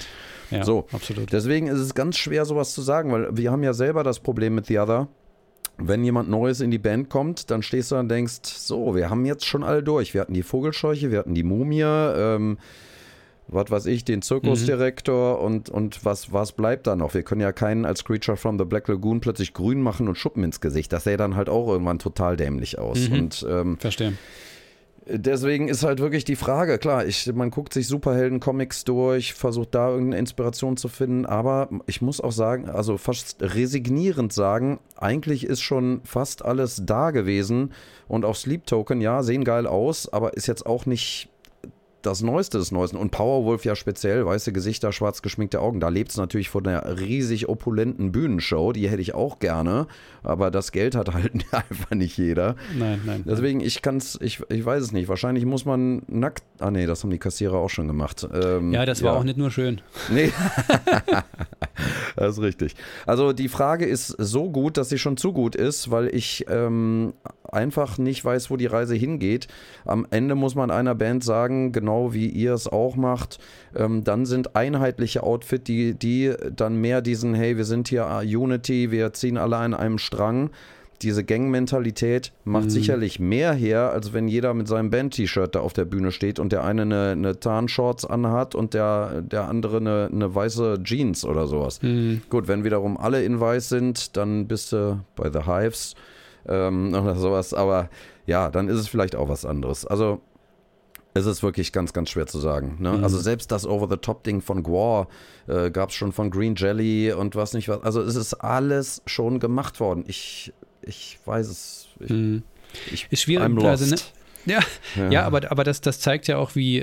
Speaker 1: Ja,
Speaker 2: so,
Speaker 1: absolut.
Speaker 2: Deswegen ist es ganz schwer, sowas zu sagen, weil wir haben ja selber das Problem mit The Other. Wenn jemand Neues in die Band kommt, dann stehst du da und denkst, so, wir haben jetzt schon alle durch. Wir hatten die Vogelscheuche, wir hatten die Mumie, was weiß ich, den Zirkusdirektor und was bleibt da noch? Wir können ja keinen als Creature from the Black Lagoon plötzlich grün machen und Schuppen ins Gesicht. Das sähe dann halt auch irgendwann total dämlich aus. Und
Speaker 1: verstehe.
Speaker 2: Deswegen ist halt wirklich die Frage, klar, man guckt sich Superhelden-Comics durch, versucht da irgendeine Inspiration zu finden, aber ich muss auch sagen, also fast resignierend sagen, eigentlich ist schon fast alles da gewesen und auch Sleep Token, ja, sehen geil aus, aber ist jetzt auch nicht das Neueste des Neuesten. Und Powerwolf ja speziell, weiße Gesichter, schwarz geschminkte Augen. Da lebt es natürlich von einer riesig opulenten Bühnenshow. Die hätte ich auch gerne. Aber das Geld hat halt einfach nicht jeder.
Speaker 1: Nein.
Speaker 2: Deswegen, ich weiß es nicht. Wahrscheinlich muss man nackt. Ah, nee, das haben die Kassierer auch schon gemacht.
Speaker 1: Ja, das war auch nicht nur schön.
Speaker 2: Nee. Das ist richtig. Also die Frage ist so gut, dass sie schon zu gut ist, weil ich einfach nicht weiß, wo die Reise hingeht. Am Ende muss man einer Band sagen, genau wie ihr es auch macht, dann sind einheitliche Outfit, die dann mehr diesen, hey, wir sind hier Unity, wir ziehen alle an einem Strang. Diese Gang-Mentalität macht sicherlich mehr her, als wenn jeder mit seinem Band-T-Shirt da auf der Bühne steht und der eine eine Tarnshorts anhat und der andere eine weiße Jeans oder sowas. Gut, wenn wiederum alle in weiß sind, dann bist du bei The Hives oder sowas, aber ja, dann ist es vielleicht auch was anderes. Also es ist wirklich ganz, ganz schwer zu sagen. Ne? Also selbst das Over-the-Top-Ding von Gwar gab es schon von Green Jelly und was nicht was. Also es ist alles schon gemacht worden. Ich weiß es.
Speaker 1: Ist schwierig. Also, ne? Ja, aber das zeigt ja auch, wie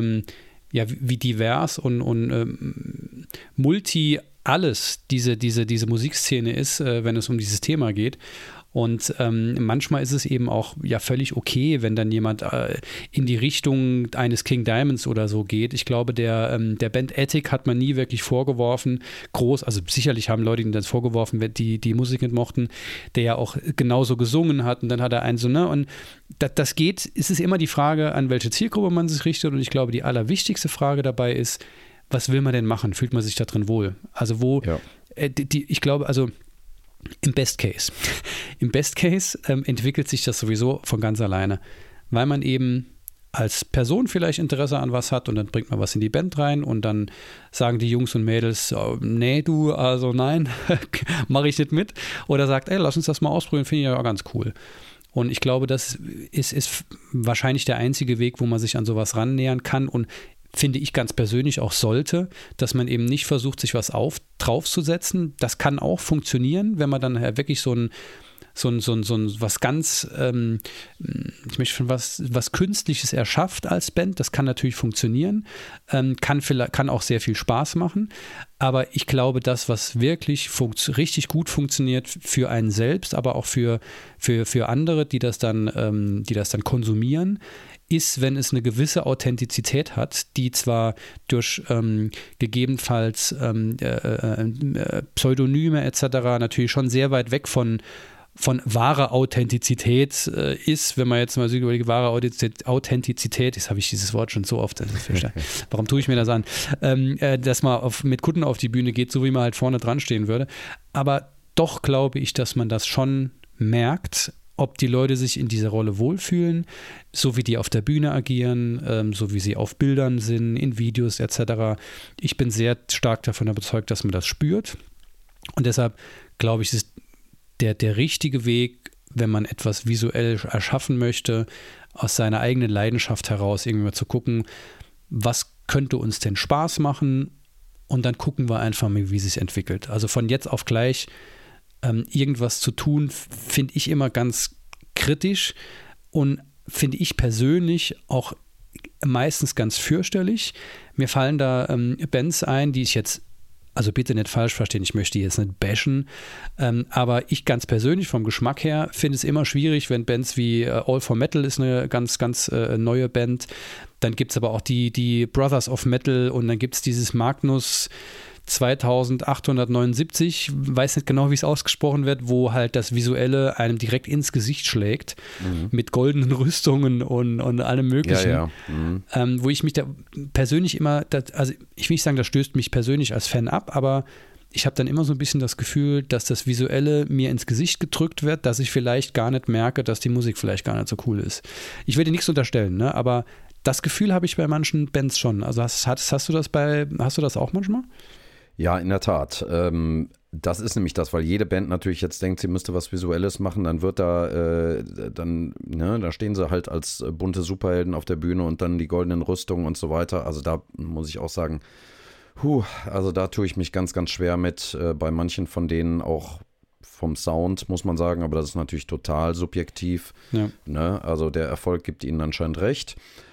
Speaker 1: divers und multi alles diese Musikszene ist, wenn es um dieses Thema geht. Und manchmal ist es eben auch ja völlig okay, wenn dann jemand in die Richtung eines King Diamonds oder so geht. Ich glaube, der Band Attic hat man nie wirklich vorgeworfen, also sicherlich haben Leute ihm das vorgeworfen, die Musik nicht mochten, der ja auch genauso gesungen hat und dann hat er einen so, ne, und das geht, es ist immer die Frage, an welche Zielgruppe man sich richtet und ich glaube, die allerwichtigste Frage dabei ist, was will man denn machen? Fühlt man sich da drin wohl? Also ich glaube, also im Best Case entwickelt sich das sowieso von ganz alleine, weil man eben als Person vielleicht Interesse an was hat und dann bringt man was in die Band rein und dann sagen die Jungs und Mädels, nee, nein, mache ich nicht mit. Oder sagt, ey, lass uns das mal ausprobieren, finde ich ja auch ganz cool. Und ich glaube, das ist wahrscheinlich der einzige Weg, wo man sich an sowas rannähern kann und finde ich ganz persönlich auch sollte, dass man eben nicht versucht, sich was draufzusetzen. Das kann auch funktionieren, wenn man dann wirklich so ein was ganz, ich möchte schon was Künstliches erschafft als Band. Das kann natürlich funktionieren, kann auch sehr viel Spaß machen. Aber ich glaube, das, was wirklich richtig gut funktioniert für einen selbst, aber auch für andere, die das dann konsumieren, ist, wenn es eine gewisse Authentizität hat, die zwar durch gegebenenfalls Pseudonyme etc. natürlich schon sehr weit weg von wahrer Authentizität ist, wenn man jetzt mal sieht über die wahre Authentizität, jetzt habe ich dieses Wort schon so oft, warum tue ich mir das an, dass man mit Kutten auf die Bühne geht, so wie man halt vorne dran stehen würde. Aber doch glaube ich, dass man das schon merkt, ob die Leute sich in dieser Rolle wohlfühlen, so wie die auf der Bühne agieren, so wie sie auf Bildern sind, in Videos etc. Ich bin sehr stark davon überzeugt, dass man das spürt. Und deshalb glaube ich, ist der richtige Weg, wenn man etwas visuell erschaffen möchte, aus seiner eigenen Leidenschaft heraus irgendwie mal zu gucken, was könnte uns denn Spaß machen und dann gucken wir einfach mal, wie es sich entwickelt. Also von jetzt auf gleich irgendwas zu tun, finde ich immer ganz kritisch und finde ich persönlich auch meistens ganz fürchterlich. Mir fallen da Bands ein, die ich jetzt, also bitte nicht falsch verstehen, ich möchte die jetzt nicht bashen, aber ich ganz persönlich vom Geschmack her finde es immer schwierig, wenn Bands wie All for Metal ist eine ganz, ganz neue Band, dann gibt es aber auch die Brothers of Metal und dann gibt es dieses Magnus 2879, weiß nicht genau, wie es ausgesprochen wird, wo halt das Visuelle einem direkt ins Gesicht schlägt, mit goldenen Rüstungen und allem Möglichen.
Speaker 2: Ja, ja.
Speaker 1: Wo ich mich da persönlich immer, also ich will nicht sagen, das stößt mich persönlich als Fan ab, aber ich habe dann immer so ein bisschen das Gefühl, dass das Visuelle mir ins Gesicht gedrückt wird, dass ich vielleicht gar nicht merke, dass die Musik vielleicht gar nicht so cool ist. Ich will dir nichts unterstellen, ne? Aber das Gefühl habe ich bei manchen Bands schon. Also hast du das auch manchmal?
Speaker 2: Ja, in der Tat. Das ist nämlich das, weil jede Band natürlich jetzt denkt, sie müsste was Visuelles machen, dann wird da, da stehen sie halt als bunte Superhelden auf der Bühne und dann die goldenen Rüstungen und so weiter. Also da muss ich auch sagen, also da tue ich mich ganz, ganz schwer mit, bei manchen von denen auch vom Sound, muss man sagen, aber das ist natürlich total subjektiv.
Speaker 1: Ja.
Speaker 2: Ne? Also der Erfolg gibt ihnen anscheinend recht.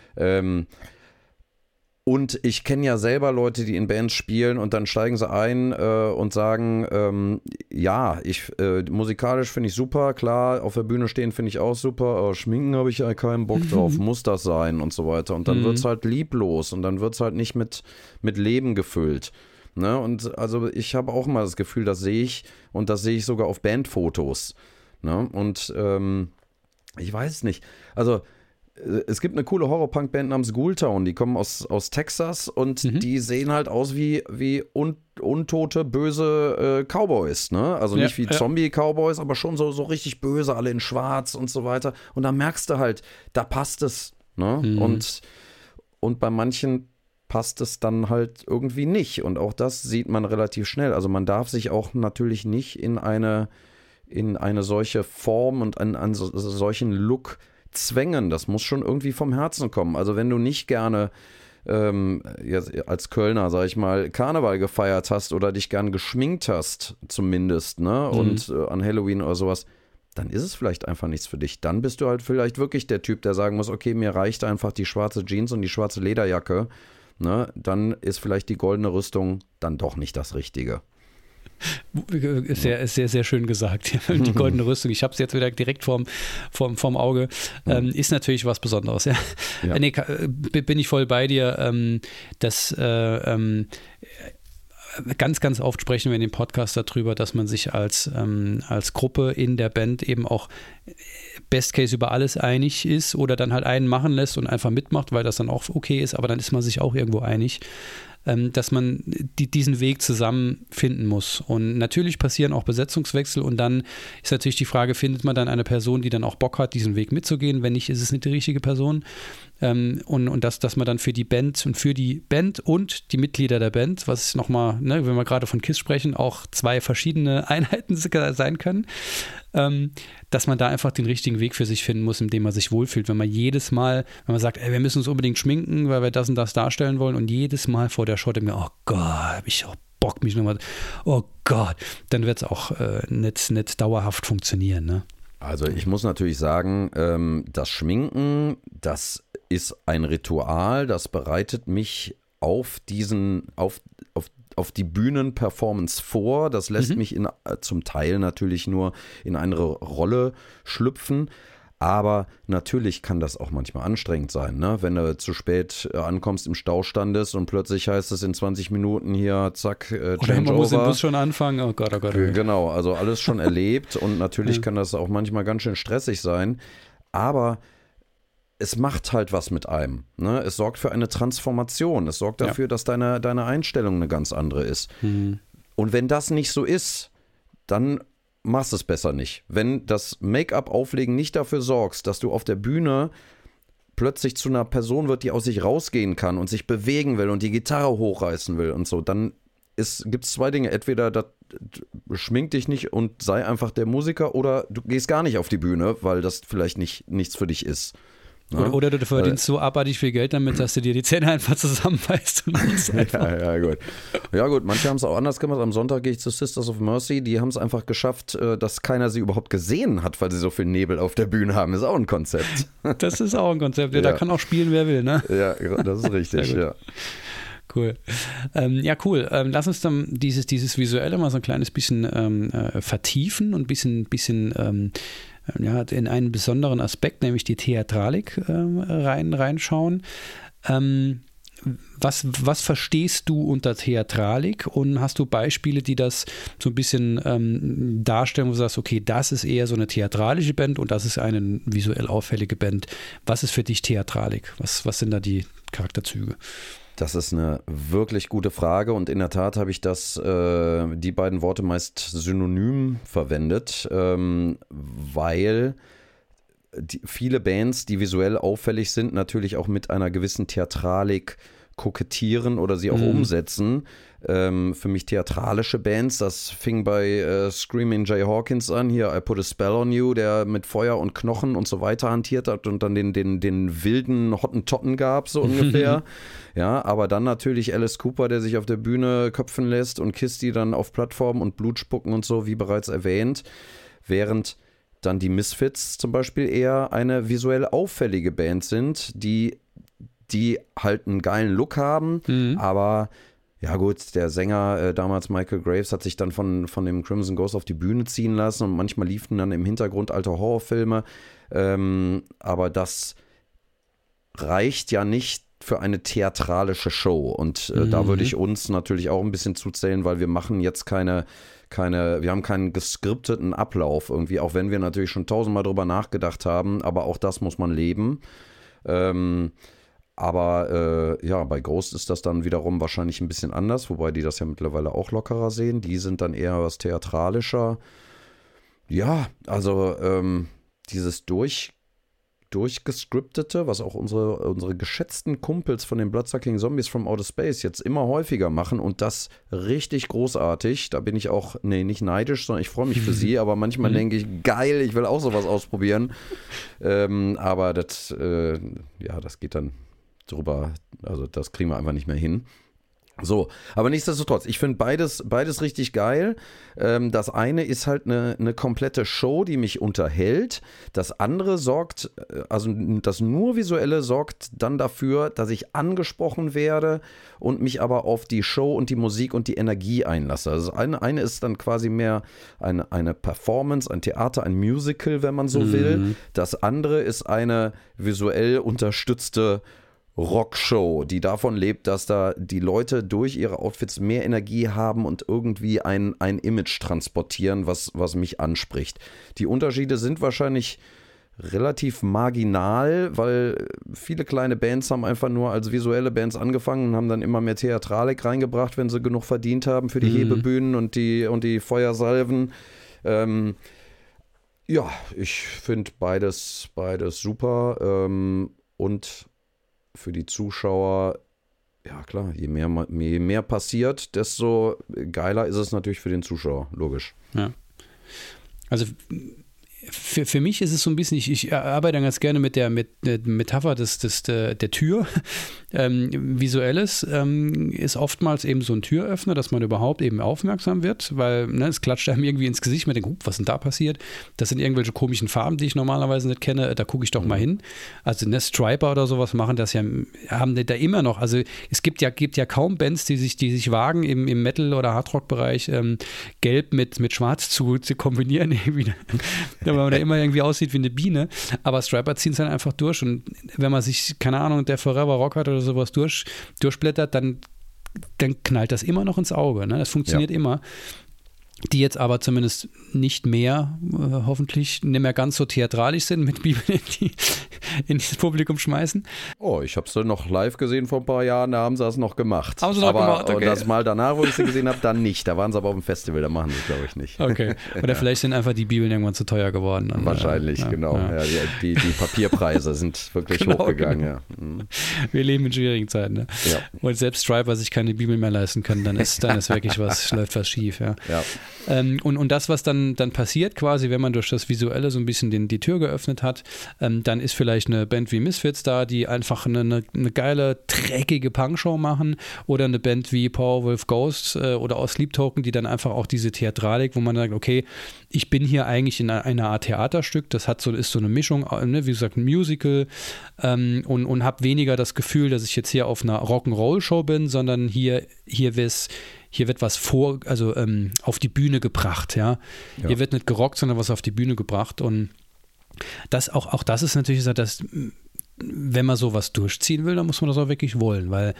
Speaker 2: Und ich kenne ja selber Leute, die in Bands spielen und dann steigen sie ein und sagen, musikalisch finde ich super, klar, auf der Bühne stehen finde ich auch super, aber schminken habe ich ja keinen Bock drauf, muss das sein und so weiter. Und dann wird es halt lieblos und dann wird es halt nicht mit Leben gefüllt. Ne? Und also ich habe auch mal das Gefühl, das sehe ich sogar auf Bandfotos. Ne? Und ich weiß es nicht, also es gibt eine coole Horror-Punk-Band namens Ghoultown, die kommen aus Texas und die sehen halt aus wie untote, böse Cowboys, ne? Also nicht wie Zombie-Cowboys, aber schon so richtig böse, alle in schwarz und so weiter. Und da merkst du halt, da passt es, ne? Und bei manchen passt es dann halt irgendwie nicht. Und auch das sieht man relativ schnell. Also man darf sich auch natürlich nicht in eine solche Form und an solchen Look zwängen, das muss schon irgendwie vom Herzen kommen. Also wenn du nicht gerne als Kölner, sag ich mal, Karneval gefeiert hast oder dich gern geschminkt hast, zumindest, ne, und an Halloween oder sowas, dann ist es vielleicht einfach nichts für dich. Dann bist du halt vielleicht wirklich der Typ, der sagen muss, okay, mir reicht einfach die schwarze Jeans und die schwarze Lederjacke, ne, dann ist vielleicht die goldene Rüstung dann doch nicht das Richtige.
Speaker 1: Sehr, sehr, sehr schön gesagt. Die goldene Rüstung, ich habe es jetzt wieder direkt vorm Auge, ist natürlich was Besonderes. Ja. Ja. Nee, bin ich voll bei dir. Ganz, ganz oft sprechen wir in dem Podcast darüber, dass man sich als Gruppe in der Band eben auch Best Case über alles einig ist oder dann halt einen machen lässt und einfach mitmacht, weil das dann auch okay ist, aber dann ist man sich auch irgendwo einig, dass man diesen Weg zusammen finden muss. Und natürlich passieren auch Besetzungswechsel und dann ist natürlich die Frage, findet man dann eine Person, die dann auch Bock hat, diesen Weg mitzugehen? Wenn nicht, ist es nicht die richtige Person. Und dass man dann für die Band und die Mitglieder der Band, was nochmal, ne, wenn wir gerade von KISS sprechen, auch zwei verschiedene Einheiten sein können, dass man da einfach den richtigen Weg für sich finden muss, in dem man sich wohlfühlt. Wenn man jedes Mal, wenn man sagt, wir müssen uns unbedingt schminken, weil wir das und das darstellen wollen und jedes Mal vor der Show denkt man, oh Gott, hab ich auch Bock, mich nochmal, oh Gott, dann wird es auch nicht dauerhaft funktionieren, ne?
Speaker 2: Also ich muss natürlich sagen, das Schminken, das ist ein Ritual, das bereitet mich auf die Bühnenperformance vor. Das lässt mich zum Teil natürlich nur in eine Rolle schlüpfen. Aber natürlich kann das auch manchmal anstrengend sein, ne? Wenn du zu spät ankommst, im Stau standest und plötzlich heißt es in 20 Minuten hier, zack, Changeover.
Speaker 1: Oder man muss den Bus schon anfangen, oh Gott, oh Gott.
Speaker 2: Genau, also alles schon erlebt und natürlich kann das auch manchmal ganz schön stressig sein, aber es macht halt was mit einem, ne? Es sorgt für eine Transformation, es sorgt dafür, dass deine Einstellung eine ganz andere ist. Und wenn das nicht so ist, dann machst es besser nicht. Wenn das Make-up-Auflegen nicht dafür sorgst, dass du auf der Bühne plötzlich zu einer Person wird, die aus sich rausgehen kann und sich bewegen will und die Gitarre hochreißen will und so, dann gibt es zwei Dinge. Entweder schmink dich nicht und sei einfach der Musiker oder du gehst gar nicht auf die Bühne, weil das vielleicht nichts für dich ist. Ne?
Speaker 1: Oder du verdienst so abartig viel Geld damit, dass du dir die Zähne einfach zusammenbeißt. Und
Speaker 2: ja, gut. Ja, gut, manche haben es auch anders gemacht. Am Sonntag gehe ich zu Sisters of Mercy. Die haben es einfach geschafft, dass keiner sie überhaupt gesehen hat, weil sie so viel Nebel auf der Bühne haben. Ist auch ein Konzept.
Speaker 1: Das ist auch ein Konzept. Ja, da kann auch spielen, wer will, ne?
Speaker 2: Ja, das ist richtig, ja.
Speaker 1: Cool. Cool. Lass uns dann dieses Visuelle mal so ein kleines bisschen vertiefen und ein bisschen in einen besonderen Aspekt, nämlich die Theatralik reinschauen. was verstehst du unter Theatralik und hast du Beispiele, die das so ein bisschen darstellen, wo du sagst, okay, das ist eher so eine theatralische Band und das ist eine visuell auffällige Band. Was ist für dich Theatralik? Was sind da die Charakterzüge?
Speaker 2: Das ist eine wirklich gute Frage und in der Tat habe ich die beiden Worte meist synonym verwendet, weil viele Bands, die visuell auffällig sind, natürlich auch mit einer gewissen Theatralik kokettieren oder sie auch umsetzen. Für mich theatralische Bands, das fing bei Screaming Jay Hawkins an, hier I Put a Spell on You, der mit Feuer und Knochen und so weiter hantiert hat und dann den wilden Hottentotten gab, so ungefähr. Ja, aber dann natürlich Alice Cooper, der sich auf der Bühne köpfen lässt und Kiss die dann auf Plattformen und Blut spucken und so, wie bereits erwähnt, während dann die Misfits zum Beispiel eher eine visuell auffällige Band sind, die halt einen geilen Look haben, aber ja gut, der Sänger damals Michael Graves hat sich dann von dem Crimson Ghost auf die Bühne ziehen lassen und manchmal liefen dann im Hintergrund alte Horrorfilme, aber das reicht ja nicht für eine theatralische Show und da würde ich uns natürlich auch ein bisschen zuzählen, weil wir machen jetzt wir haben keinen geskripteten Ablauf irgendwie, auch wenn wir natürlich schon tausendmal drüber nachgedacht haben, aber auch das muss man leben. Aber bei Ghost ist das dann wiederum wahrscheinlich ein bisschen anders, wobei die das ja mittlerweile auch lockerer sehen. Die sind dann eher was theatralischer. Ja, also dieses durchgescriptete, was auch unsere geschätzten Kumpels von den Bloodsucking Zombies from Outer Space jetzt immer häufiger machen und das richtig großartig. Da bin ich auch, nicht neidisch, sondern ich freue mich für sie, aber manchmal denke ich, geil, ich will auch sowas ausprobieren. Aber das geht dann drüber, also das kriegen wir einfach nicht mehr hin. So, aber nichtsdestotrotz, ich finde beides richtig geil. Das eine ist halt eine komplette Show, die mich unterhält. Das andere das nur Visuelle sorgt dann dafür, dass ich angesprochen werde und mich aber auf die Show und die Musik und die Energie einlasse. Also eine ist dann quasi mehr eine Performance, ein Theater, ein Musical, wenn man so will. Das andere ist eine visuell unterstützte Rockshow, die davon lebt, dass da die Leute durch ihre Outfits mehr Energie haben und irgendwie ein Image transportieren, was mich anspricht. Die Unterschiede sind wahrscheinlich relativ marginal, weil viele kleine Bands haben einfach nur als visuelle Bands angefangen und haben dann immer mehr Theatralik reingebracht, wenn sie genug verdient haben für die Hebebühnen und die Feuersalven. Ich finde beides super und für die Zuschauer, ja klar, je mehr passiert, desto geiler ist es natürlich für den Zuschauer, logisch.
Speaker 1: Ja. Also für mich ist es so ein bisschen, ich arbeite dann ganz gerne mit der Metapher der Tür. Visuelles ist oftmals eben so ein Türöffner, dass man überhaupt eben aufmerksam wird, weil es klatscht einem irgendwie ins Gesicht, man denkt, was ist denn da passiert? Das sind irgendwelche komischen Farben, die ich normalerweise nicht kenne, da gucke ich doch mal hin. Also Striper oder sowas machen das ja, haben da immer noch, also es gibt ja kaum Bands, die sich wagen, im Metal- oder Hardrock-Bereich Gelb mit Schwarz zu kombinieren irgendwie. Weil man da immer irgendwie aussieht wie eine Biene, aber Striper ziehen es dann einfach durch und wenn man sich, keine Ahnung, der Forever Rock hat oder sowas durchblättert, dann knallt das immer noch ins Auge, ne? Das funktioniert immer. Die jetzt aber zumindest nicht mehr, hoffentlich nicht mehr ganz so theatralisch sind, mit Bibeln in das Publikum schmeißen.
Speaker 2: Oh, ich habe sie noch live gesehen vor ein paar Jahren, da haben sie das noch gemacht.
Speaker 1: Haben sie noch gemacht, okay.
Speaker 2: Und das Mal danach, wo ich sie gesehen habe, dann nicht. Da waren sie aber auf dem Festival, da machen sie es, glaube ich, nicht.
Speaker 1: Okay, oder vielleicht sind einfach die Bibeln irgendwann zu teuer geworden. Und,
Speaker 2: wahrscheinlich, genau. Ja. Ja, die Papierpreise sind wirklich hochgegangen. Genau. Ja.
Speaker 1: Wir leben in schwierigen Zeiten. Ne?
Speaker 2: Ja.
Speaker 1: Und selbst Striper sich keine Bibel mehr leisten können, dann ist wirklich läuft was schief. Ja. Und das, was dann passiert quasi, wenn man durch das Visuelle so ein bisschen die Tür geöffnet hat, dann ist vielleicht eine Band wie Misfits da, die einfach eine geile, dreckige Punkshow machen, oder eine Band wie Powerwolf Ghosts oder aus Sleep Token, die dann einfach auch diese Theatralik, wo man sagt, okay, ich bin hier eigentlich in einer Art Theaterstück, das ist so eine Mischung, ne, wie gesagt, ein Musical, und habe weniger das Gefühl, dass ich jetzt hier auf einer Rock'n'Roll-Show bin, sondern hier wird was auf die Bühne gebracht, ja. Hier wird nicht gerockt, sondern was auf die Bühne gebracht, und das auch das ist natürlich so, dass wenn man sowas durchziehen will, dann muss man das auch wirklich wollen, weil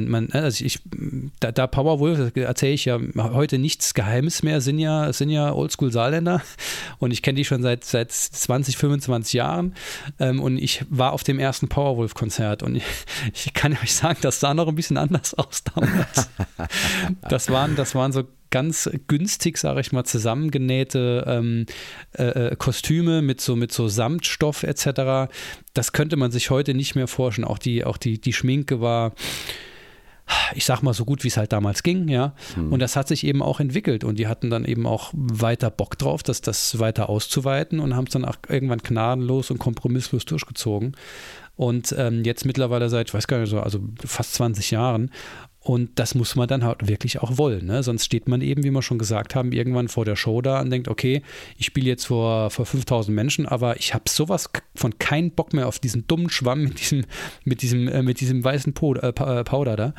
Speaker 1: da Powerwolf, erzähle ich ja heute nichts Geheimes mehr, sind ja Oldschool-Saarländer und ich kenne die schon seit 20, 25 Jahren und ich war auf dem ersten Powerwolf-Konzert und ich kann euch sagen, das sah noch ein bisschen anders aus damals. Das waren so ganz günstig, sage ich mal, zusammengenähte Kostüme mit so Samtstoff etc. Das könnte man sich heute nicht mehr vorstellen. Auch die Schminke war, ich sag mal, so gut wie es halt damals ging, ja. Und das hat sich eben auch entwickelt und die hatten dann eben auch weiter Bock drauf, das weiter auszuweiten und haben es dann auch irgendwann gnadenlos und kompromisslos durchgezogen. Und jetzt mittlerweile seit, ich weiß gar nicht so, also fast 20 Jahren. Und das muss man dann halt wirklich auch wollen, ne? Sonst steht man eben, wie wir schon gesagt haben, irgendwann vor der Show da und denkt, okay, ich spiele jetzt vor 5000 Menschen, aber ich habe sowas von keinen Bock mehr auf diesen dummen Schwamm mit diesem weißen Powder da.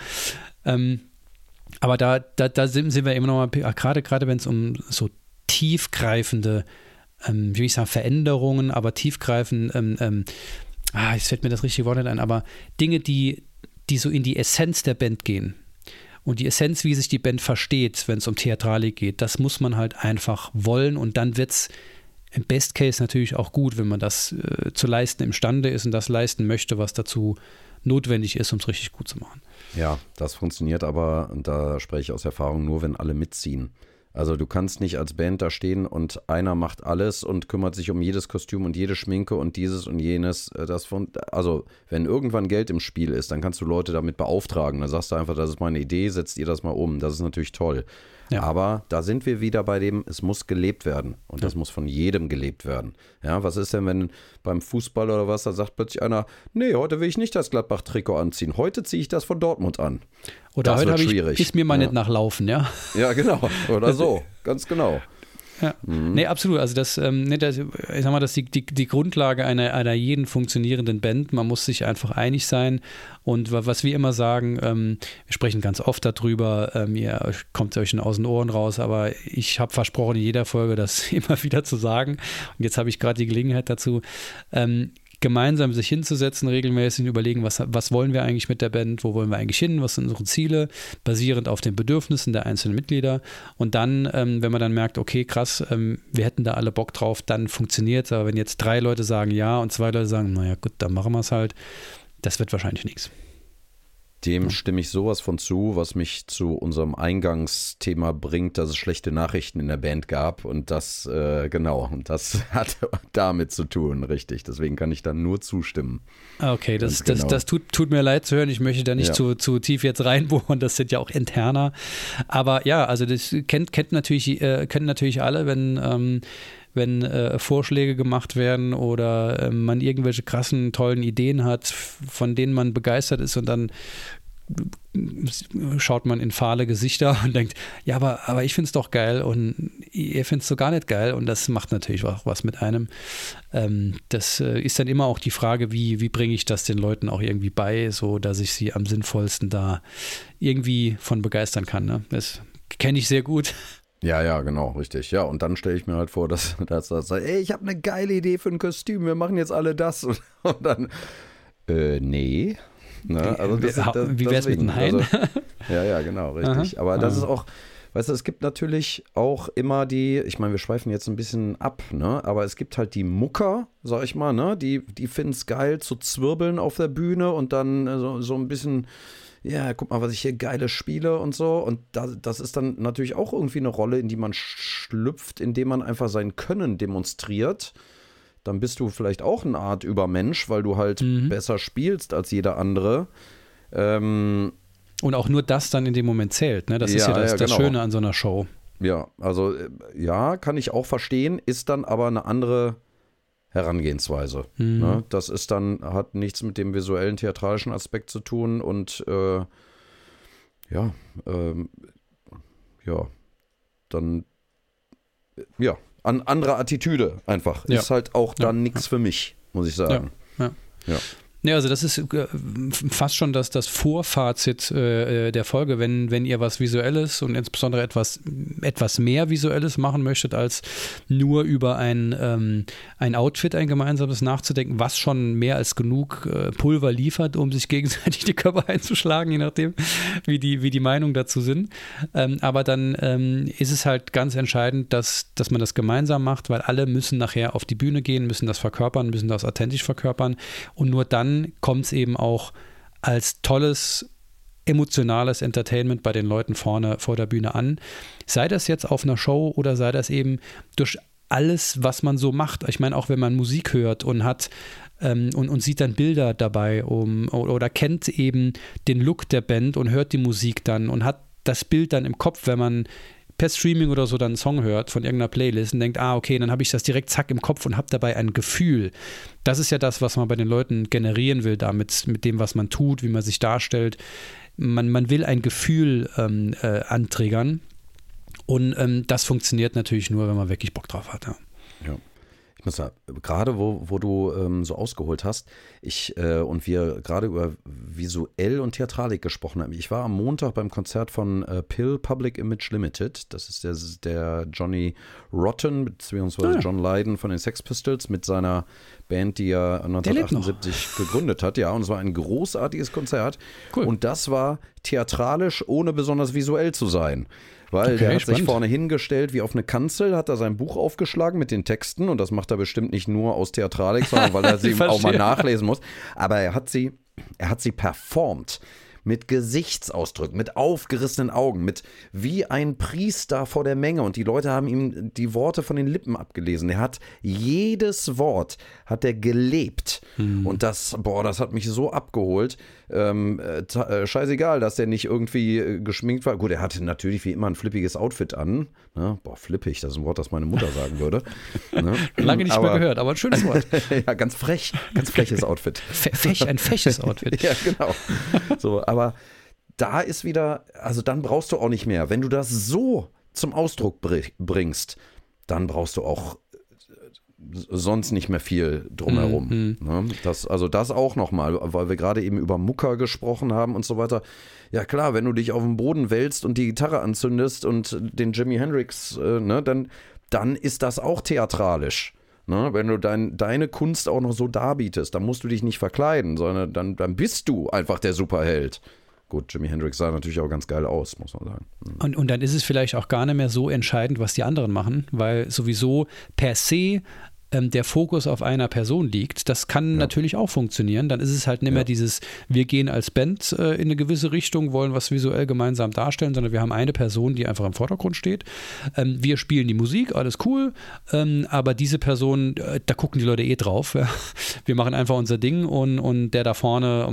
Speaker 1: Aber da sind wir immer noch mal, gerade wenn es um so tiefgreifende, wie will ich sagen, Veränderungen, aber tiefgreifend, jetzt fällt mir das richtige Wort nicht ein, aber Dinge, die so in die Essenz der Band gehen. Und die Essenz, wie sich die Band versteht, wenn es um Theatralik geht, das muss man halt einfach wollen und dann wird es im Best Case natürlich auch gut, wenn man das zu leisten imstande ist und das leisten möchte, was dazu notwendig ist, um es richtig gut zu machen.
Speaker 2: Ja, das funktioniert aber, und da spreche ich aus Erfahrung, nur wenn alle mitziehen. Also du kannst nicht als Band da stehen und einer macht alles und kümmert sich um jedes Kostüm und jede Schminke und dieses und jenes. Also wenn irgendwann Geld im Spiel ist, dann kannst du Leute damit beauftragen. Dann sagst du einfach, das ist meine Idee, setzt ihr das mal um. Das ist natürlich toll. Ja. Aber da sind wir wieder bei dem, es muss gelebt werden. Und das muss von jedem gelebt werden. Ja, was ist denn, wenn beim Fußball oder was, da sagt plötzlich einer, nee, heute will ich nicht das Gladbach-Trikot anziehen. Heute ziehe ich das von Dortmund an.
Speaker 1: Oder das heute ist mir mal nicht nachlaufen, ja?
Speaker 2: Ja, genau. Oder so. Ganz genau.
Speaker 1: Ja, nee, absolut. Also ich sag mal, das ist die Grundlage einer jeden funktionierenden Band. Man muss sich einfach einig sein. Und was wir immer sagen, wir sprechen ganz oft darüber, ihr kommt euch aus den Ohren raus, aber ich habe versprochen, in jeder Folge das immer wieder zu sagen. Und jetzt habe ich gerade die Gelegenheit dazu. Gemeinsam sich hinzusetzen, regelmäßig überlegen, was wollen wir eigentlich mit der Band, wo wollen wir eigentlich hin, was sind unsere Ziele, basierend auf den Bedürfnissen der einzelnen Mitglieder. Und dann, wenn man dann merkt, okay, krass, wir hätten da alle Bock drauf, dann funktioniert es. Aber wenn jetzt 3 Leute sagen ja und 2 Leute sagen, naja gut, dann machen wir es halt, das wird wahrscheinlich nichts.
Speaker 2: Dem stimme ich sowas von zu, was mich zu unserem Eingangsthema bringt, dass es schlechte Nachrichten in der Band gab und das hat damit zu tun, richtig. Deswegen kann ich da nur zustimmen.
Speaker 1: Okay, das tut mir leid zu hören. Ich möchte da nicht zu tief jetzt reinbohren, das sind ja auch interner. Aber ja, also das können natürlich alle, wenn Vorschläge gemacht werden oder man irgendwelche krassen, tollen Ideen hat, von denen man begeistert ist und dann schaut man in fahle Gesichter und denkt, ja, aber ich finde es doch geil und ihr findet es so gar nicht geil und das macht natürlich auch was mit einem. Das ist dann immer auch die Frage, wie bringe ich das den Leuten auch irgendwie bei, so dass ich sie am sinnvollsten da irgendwie von begeistern kann. Ne? Das kenne ich sehr gut.
Speaker 2: Ja, genau, richtig. Ja, und dann stelle ich mir halt vor, dass sagt, ey, ich habe eine geile Idee für ein Kostüm, wir machen jetzt alle das. Und dann, nee. Ne? Also
Speaker 1: wie wäre es mit Nein?
Speaker 2: Also, ja, genau, richtig. Aha. Aber das ist auch, weißt du, es gibt natürlich auch immer ich meine, wir schweifen jetzt ein bisschen ab, ne? Aber es gibt halt die Mucker, sag ich mal, ne? Die finden es geil zu zwirbeln auf der Bühne und dann so ein bisschen, ja, guck mal, was ich hier Geiles spiele und so. Und das ist dann natürlich auch irgendwie eine Rolle, in die man schlüpft, indem man einfach sein Können demonstriert. Dann bist du vielleicht auch eine Art Übermensch, weil du halt besser spielst als jeder andere.
Speaker 1: Und auch nur das dann in dem Moment zählt, ne? Das ist ja das genau. Schöne an so einer Show.
Speaker 2: Ja, also kann ich auch verstehen, ist dann aber eine andere Herangehensweise. Ne? Das ist hat nichts mit dem visuellen, theatralischen Aspekt zu tun und andere Attitüde einfach. Ja. Ist halt auch dann nichts für mich, muss ich sagen.
Speaker 1: Ja. Ja, also das ist fast schon das Vorfazit der Folge, wenn ihr was Visuelles und insbesondere etwas mehr Visuelles machen möchtet, als nur über ein Outfit, ein gemeinsames nachzudenken, was schon mehr als genug Pulver liefert, um sich gegenseitig die Körper einzuschlagen, je nachdem, wie die Meinungen dazu sind. Aber dann ist es halt ganz entscheidend, dass man das gemeinsam macht, weil alle müssen nachher auf die Bühne gehen, müssen das verkörpern, müssen das authentisch verkörpern und nur dann kommt es eben auch als tolles, emotionales Entertainment bei den Leuten vorne vor der Bühne an. Sei das jetzt auf einer Show oder sei das eben durch alles, was man so macht. Ich meine, auch wenn man Musik hört und hat und sieht dann Bilder dabei oder kennt eben den Look der Band und hört die Musik dann und hat das Bild dann im Kopf, wenn man per Streaming oder so dann einen Song hört von irgendeiner Playlist und denkt, okay, dann habe ich das direkt zack im Kopf und habe dabei ein Gefühl. Das ist ja das, was man bei den Leuten generieren will damit, mit dem, was man tut, wie man sich darstellt. Man will ein Gefühl antriggern und das funktioniert natürlich nur, wenn man wirklich Bock drauf hat.
Speaker 2: Ja. Ich muss sagen, gerade wo du so ausgeholt hast, und wir gerade über visuell und Theatralik gesprochen haben. Ich war am Montag beim Konzert von Pill Public Image Limited. Das ist der Johnny Rotten bzw. John Lydon von den Sex Pistols mit seiner Band, die er 1978 gegründet hat. Ja, und es war ein großartiges Konzert. Cool. Und das war theatralisch, ohne besonders visuell zu sein. Weil der hat sich vorne hingestellt wie auf eine Kanzel, hat da sein Buch aufgeschlagen mit den Texten und das macht er bestimmt nicht nur aus Theatralik, sondern weil er sie auch mal nachlesen muss. Aber er hat sie performt. Mit Gesichtsausdrücken, mit aufgerissenen Augen, mit wie ein Priester vor der Menge und die Leute haben ihm die Worte von den Lippen abgelesen. Er hat jedes Wort, hat er gelebt und das hat mich so abgeholt. Scheißegal, dass der nicht irgendwie geschminkt war. Gut, er hatte natürlich wie immer ein flippiges Outfit an. Ne? Flippig, das ist ein Wort, das meine Mutter sagen würde. Ne?
Speaker 1: Lange nicht mehr gehört, aber ein schönes Wort.
Speaker 2: Ja, ganz freches Outfit.
Speaker 1: Ein freches Outfit.
Speaker 2: Ja, genau. So, aber da ist wieder, also dann brauchst du auch nicht mehr. Wenn du das so zum Ausdruck bringst, dann brauchst du auch sonst nicht mehr viel drumherum. Ne? Das auch nochmal, weil wir gerade eben über Mucker gesprochen haben und so weiter. Ja klar, wenn du dich auf den Boden wälzt und die Gitarre anzündest und den Jimi Hendrix, dann ist das auch theatralisch. Ne? Wenn du deine Kunst auch noch so darbietest, dann musst du dich nicht verkleiden, sondern dann bist du einfach der Superheld. Gut, Jimi Hendrix sah natürlich auch ganz geil aus, muss man sagen.
Speaker 1: Und dann ist es vielleicht auch gar nicht mehr so entscheidend, was die anderen machen, weil sowieso per se der Fokus auf einer Person liegt. Das kann natürlich auch funktionieren. Dann ist es halt nicht mehr dieses, wir gehen als Band in eine gewisse Richtung, wollen was visuell gemeinsam darstellen, sondern wir haben eine Person, die einfach im Vordergrund steht. Wir spielen die Musik, alles cool, aber diese Person, da gucken die Leute drauf. Ja. Wir machen einfach unser Ding und der da vorne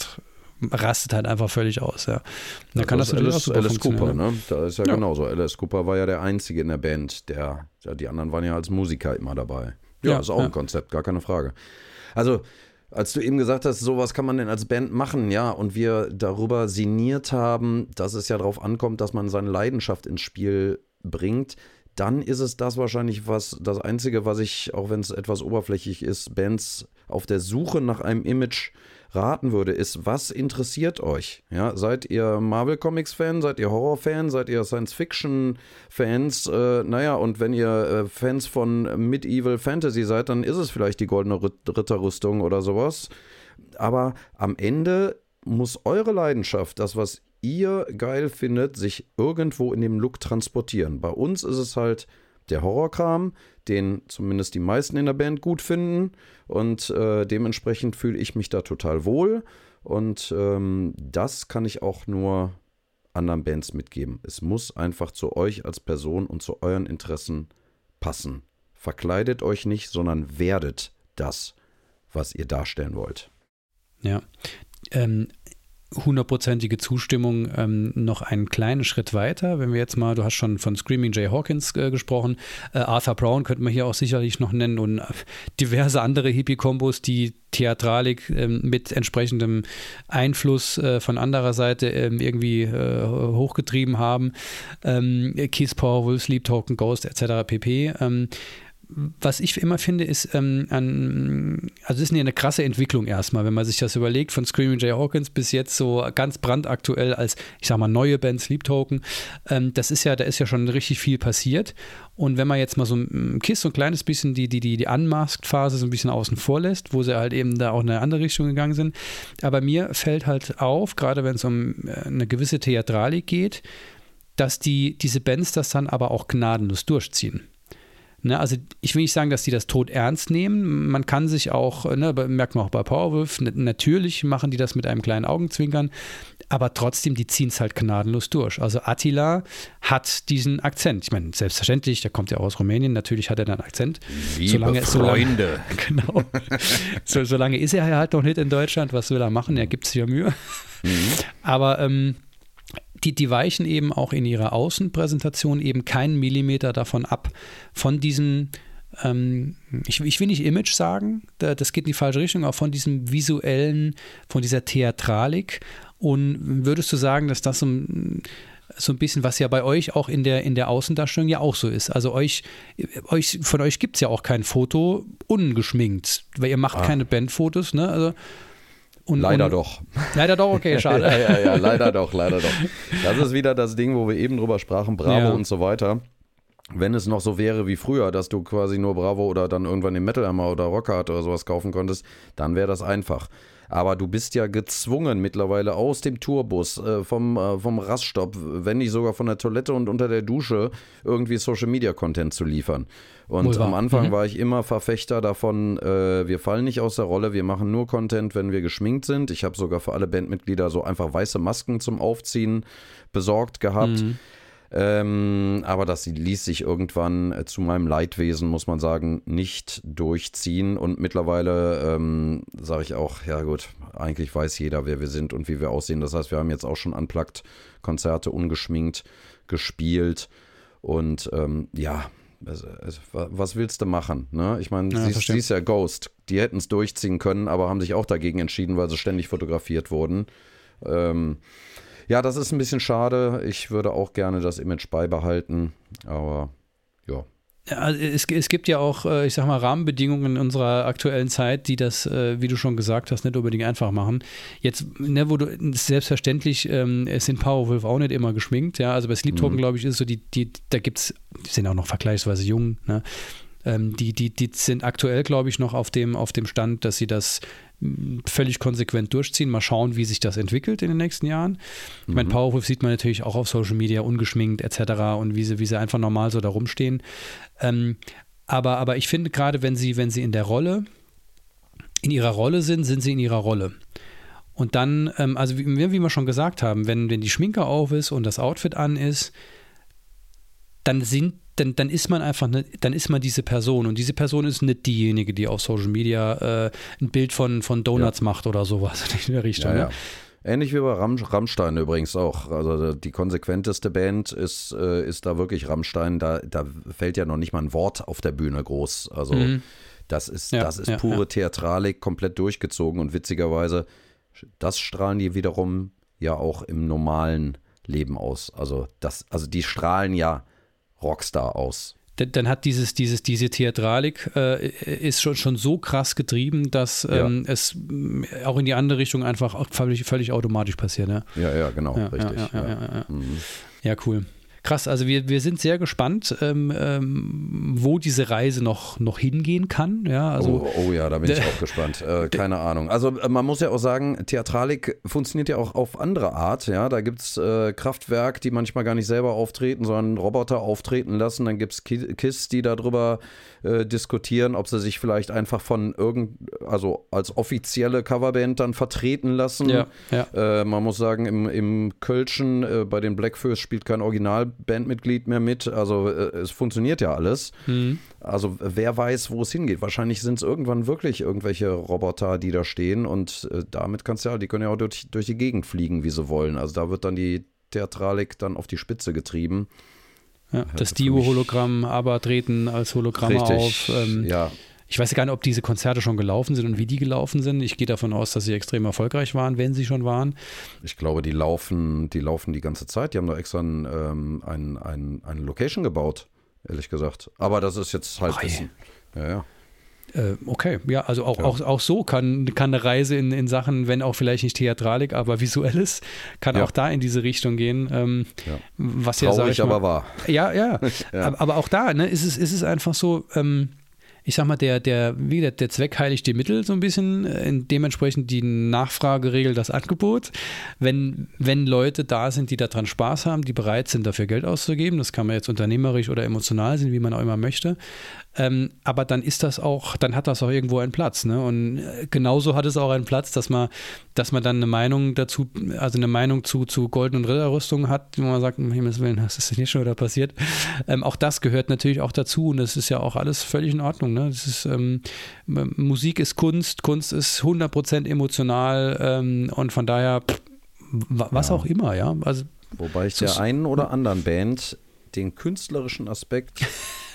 Speaker 1: rastet halt einfach völlig aus. Ja. Da kann das natürlich auch super
Speaker 2: Alice Cooper, ne? Da ist ja genauso. Alice Cooper war ja der Einzige in der Band, die anderen waren ja als Musiker immer dabei. Ja, ist auch ein Konzept, gar keine Frage. Also, als du eben gesagt hast, sowas kann man denn als Band machen, ja, und wir darüber sinniert haben, dass es ja darauf ankommt, dass man seine Leidenschaft ins Spiel bringt, dann ist es das wahrscheinlich das Einzige, was ich, auch wenn es etwas oberflächlich ist, Bands auf der Suche nach einem Image raten würde, ist, was interessiert euch? Ja, seid ihr Marvel-Comics-Fan? Seid ihr Horror-Fan? Seid ihr Science-Fiction-Fans? Und wenn ihr Fans von Medieval Fantasy seid, dann ist es vielleicht die Goldene Ritterrüstung oder sowas. Aber am Ende muss eure Leidenschaft, das, was ihr geil findet, sich irgendwo in dem Look transportieren. Bei uns ist es halt der Horrorkram, den zumindest die meisten in der Band gut finden und dementsprechend fühle ich mich da total wohl und das kann ich auch nur anderen Bands mitgeben. Es muss einfach zu euch als Person und zu euren Interessen passen. Verkleidet euch nicht, sondern werdet das, was ihr darstellen wollt.
Speaker 1: Ja, 100%ige Zustimmung, noch einen kleinen Schritt weiter, wenn wir jetzt mal, du hast schon von Screaming Jay Hawkins gesprochen, Arthur Brown könnte man hier auch sicherlich noch nennen und diverse andere Hippie-Kombos, die Theatralik mit entsprechendem Einfluss von anderer Seite irgendwie hochgetrieben haben, Keith Power, Wolf, Sleep Token, Ghost etc. pp. was ich immer finde, ist, also das ist eine krasse Entwicklung erstmal, wenn man sich das überlegt, von Screaming Jay Hawkins bis jetzt so ganz brandaktuell als, ich sag mal, neue Band Sleep Token. Da ist ja schon richtig viel passiert. Und wenn man jetzt mal so ein Kiss so ein kleines bisschen die Unmasked-Phase so ein bisschen außen vor lässt, wo sie halt eben da auch in eine andere Richtung gegangen sind. Aber mir fällt halt auf, gerade wenn es um eine gewisse Theatralik geht, dass diese Bands das dann aber auch gnadenlos durchziehen. Ne, also ich will nicht sagen, dass die das tot ernst nehmen. Man kann sich auch, merkt man auch bei Powerwolf, natürlich machen die das mit einem kleinen Augenzwinkern, aber trotzdem, die ziehen es halt gnadenlos durch. Also Attila hat diesen Akzent. Ich meine, selbstverständlich, der kommt ja aus Rumänien, natürlich hat er dann einen Akzent.
Speaker 2: Liebe Freunde.
Speaker 1: Genau. Solange ist er halt noch nicht in Deutschland. Was will er machen? Er gibt sich ja Mühe. Aber die weichen eben auch in ihrer Außenpräsentation eben keinen Millimeter davon ab, von diesem, ich will nicht Image sagen, das geht in die falsche Richtung, auch von diesem visuellen, von dieser Theatralik. Und würdest du sagen, dass das so ein bisschen, was ja bei euch auch in der Außendarstellung ja auch so ist. Also von euch gibt es ja auch kein Foto ungeschminkt, weil ihr macht keine Bandfotos, ne? Also
Speaker 2: Leider doch.
Speaker 1: Leider doch, okay, schade.
Speaker 2: ja, leider doch. Das ist wieder das Ding, wo wir eben drüber sprachen, Bravo und so weiter. Wenn es noch so wäre wie früher, dass du quasi nur Bravo oder dann irgendwann den Metal Hammer oder Rockhard oder sowas kaufen konntest, dann wäre das einfach. Aber du bist ja gezwungen mittlerweile aus dem Tourbus, vom Raststopp, wenn nicht sogar von der Toilette und unter der Dusche, irgendwie Social-Media-Content zu liefern. Und am Anfang war ich immer Verfechter davon, wir fallen nicht aus der Rolle, wir machen nur Content, wenn wir geschminkt sind. Ich habe sogar für alle Bandmitglieder so einfach weiße Masken zum Aufziehen besorgt gehabt. Aber das ließ sich irgendwann zu meinem Leidwesen, muss man sagen, nicht durchziehen. Und mittlerweile sage ich auch, ja gut, eigentlich weiß jeder, wer wir sind und wie wir aussehen. Das heißt, wir haben jetzt auch schon Unplugged-Konzerte ungeschminkt gespielt. Und was willst du machen? Ne? Ich meine, siehst ja Ghost, die hätten es durchziehen können, aber haben sich auch dagegen entschieden, weil sie ständig fotografiert wurden. Ja, das ist ein bisschen schade. Ich würde auch gerne das Image beibehalten, aber ja.
Speaker 1: Also es gibt ja auch, ich sag mal, Rahmenbedingungen in unserer aktuellen Zeit, die das, wie du schon gesagt hast, nicht unbedingt einfach machen. Jetzt, wo du selbstverständlich sind Powerwolf auch nicht immer geschminkt, ja. Also bei Sleep Token, glaube ich, ist so, da gibt's, die sind auch noch vergleichsweise jung, ne? Die sind aktuell, glaube ich, noch auf dem Stand, dass sie das völlig konsequent durchziehen. Mal schauen, wie sich das entwickelt in den nächsten Jahren. Ich meine, Powerwolf sieht man natürlich auch auf Social Media ungeschminkt etc. und wie sie einfach normal so da rumstehen. Aber ich finde gerade, wenn sie in ihrer Rolle sind sie in ihrer Rolle. Und dann, also wie wir schon gesagt haben, wenn die Schminke auf ist und das Outfit an ist, dann ist man einfach, dann ist man diese Person und diese Person ist nicht diejenige, die auf Social Media ein Bild von Donuts macht oder sowas in der Richtung.
Speaker 2: Ja. Ähnlich wie bei Rammstein übrigens auch. Also die konsequenteste Band ist da wirklich Rammstein. Da fällt ja noch nicht mal ein Wort auf der Bühne groß. Also das ist pure Theatralik, komplett durchgezogen und witzigerweise, das strahlen die wiederum ja auch im normalen Leben aus. Also die strahlen ja Rockstar aus.
Speaker 1: Dann hat diese Theatralik ist schon so krass getrieben, dass es auch in die andere Richtung einfach auch völlig automatisch passiert. Ne?
Speaker 2: Ja, genau, richtig.
Speaker 1: Ja, cool. Krass, also wir sind sehr gespannt, wo diese Reise noch hingehen kann. Ja, also,
Speaker 2: oh ja, da bin ich auch gespannt. Keine Ahnung. Also man muss ja auch sagen, Theatralik funktioniert ja auch auf andere Art. Ja, da gibt es Kraftwerk, die manchmal gar nicht selber auftreten, sondern Roboter auftreten lassen. Dann gibt es KISS, die darüber diskutieren, ob sie sich vielleicht einfach von also als offizielle Coverband dann vertreten lassen.
Speaker 1: Ja.
Speaker 2: Man muss sagen, im Kölschen bei den Blackfoes spielt kein Originalbandmitglied mehr mit. Also es funktioniert ja alles. Also wer weiß, wo es hingeht. Wahrscheinlich sind es irgendwann wirklich irgendwelche Roboter, die da stehen und damit die können ja auch durch die Gegend fliegen, wie sie wollen. Also da wird dann die Theatralik dann auf die Spitze getrieben.
Speaker 1: Ja, das Dio-Hologramm, aber treten als Hologramme auf.
Speaker 2: Ja.
Speaker 1: Ich weiß gar nicht, ob diese Konzerte schon gelaufen sind und wie die gelaufen sind. Ich gehe davon aus, dass sie extrem erfolgreich waren, wenn sie schon waren.
Speaker 2: Ich glaube, die laufen die ganze Zeit. Die haben da extra eine Location gebaut ehrlich gesagt. Aber das ist jetzt Halbwissen. Ja.
Speaker 1: Okay, ja, also auch so kann eine Reise in Sachen, wenn auch vielleicht nicht Theatralik, aber Visuelles, kann auch da in diese Richtung gehen. Was
Speaker 2: traurig,
Speaker 1: sag ich mal,
Speaker 2: aber wahr.
Speaker 1: Ja. Aber auch da, ne, ist es einfach so, ich sag mal, der Zweck heiligt die Mittel so ein bisschen, dementsprechend die Nachfrage regelt das Angebot. Wenn Leute da sind, die daran Spaß haben, die bereit sind, dafür Geld auszugeben, das kann man jetzt unternehmerisch oder emotional sehen, wie man auch immer möchte, aber dann hat das auch irgendwo einen Platz, ne? Und genauso hat es auch einen Platz, dass man dann eine Meinung dazu, also eine Meinung zu Golden- und Ritterrüstungen hat, wo man sagt, um Himmels Willen, was ist denn hier schon wieder passiert? Auch das gehört natürlich auch dazu und das ist ja auch alles völlig in Ordnung, ne? Das ist, Musik ist Kunst ist 100% emotional und von daher was auch immer, ja. Also,
Speaker 2: wobei ich der einen oder anderen Band den künstlerischen Aspekt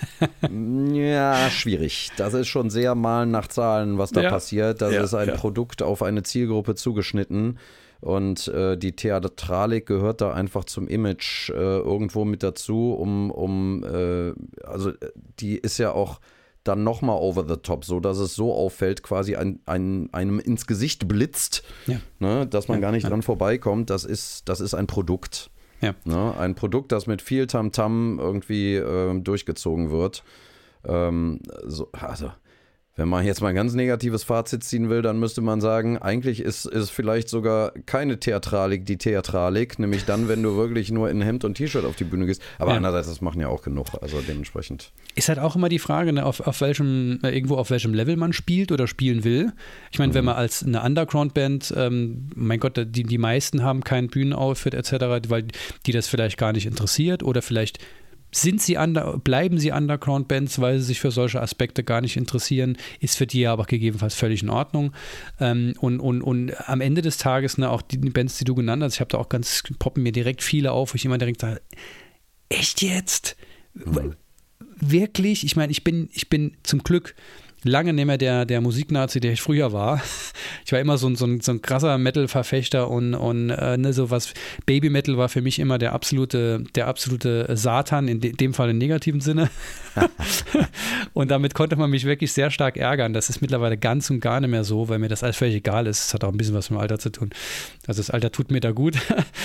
Speaker 2: schwierig. Das ist schon sehr Malen nach Zahlen, was da passiert. Das ist ein Produkt auf eine Zielgruppe zugeschnitten und die Theatralik gehört da einfach zum Image irgendwo mit dazu, also die ist ja auch dann nochmal over the top, so dass es so auffällt, quasi einem ins Gesicht blitzt, ne, dass man gar nicht dran vorbeikommt. Das ist ein Produkt. Ja. Ne, ein Produkt, das mit viel Tamtam irgendwie durchgezogen wird. Also, wenn man jetzt mal ein ganz negatives Fazit ziehen will, dann müsste man sagen, eigentlich ist vielleicht sogar keine Theatralik die Theatralik, nämlich dann, wenn du wirklich nur in Hemd und T-Shirt auf die Bühne gehst. Aber andererseits, das machen ja auch genug, also dementsprechend.
Speaker 1: Ist halt auch immer die Frage, ne, auf welchem Level man spielt oder spielen will. Ich meine, wenn man als eine Underground-Band, mein Gott, die meisten haben keinen Bühnenoutfit etc., weil die das vielleicht gar nicht interessiert oder vielleicht bleiben sie Underground-Bands, weil sie sich für solche Aspekte gar nicht interessieren, ist für die aber gegebenenfalls völlig in Ordnung. Und am Ende des Tages, ne, auch die Bands, die du genannt hast, ich habe da auch poppen mir direkt viele auf, wo ich immer direkt sage, echt jetzt? Wirklich? Ich meine, ich bin zum Glück lange nicht mehr der Musiknazi, der ich früher war. Ich war immer so ein krasser Metal-Verfechter und ne, sowas. Baby-Metal war für mich immer der absolute Satan, in dem Fall im negativen Sinne. Und damit konnte man mich wirklich sehr stark ärgern. Das ist mittlerweile ganz und gar nicht mehr so, weil mir das alles völlig egal ist. Das hat auch ein bisschen was mit dem Alter zu tun. Also das Alter tut mir da gut.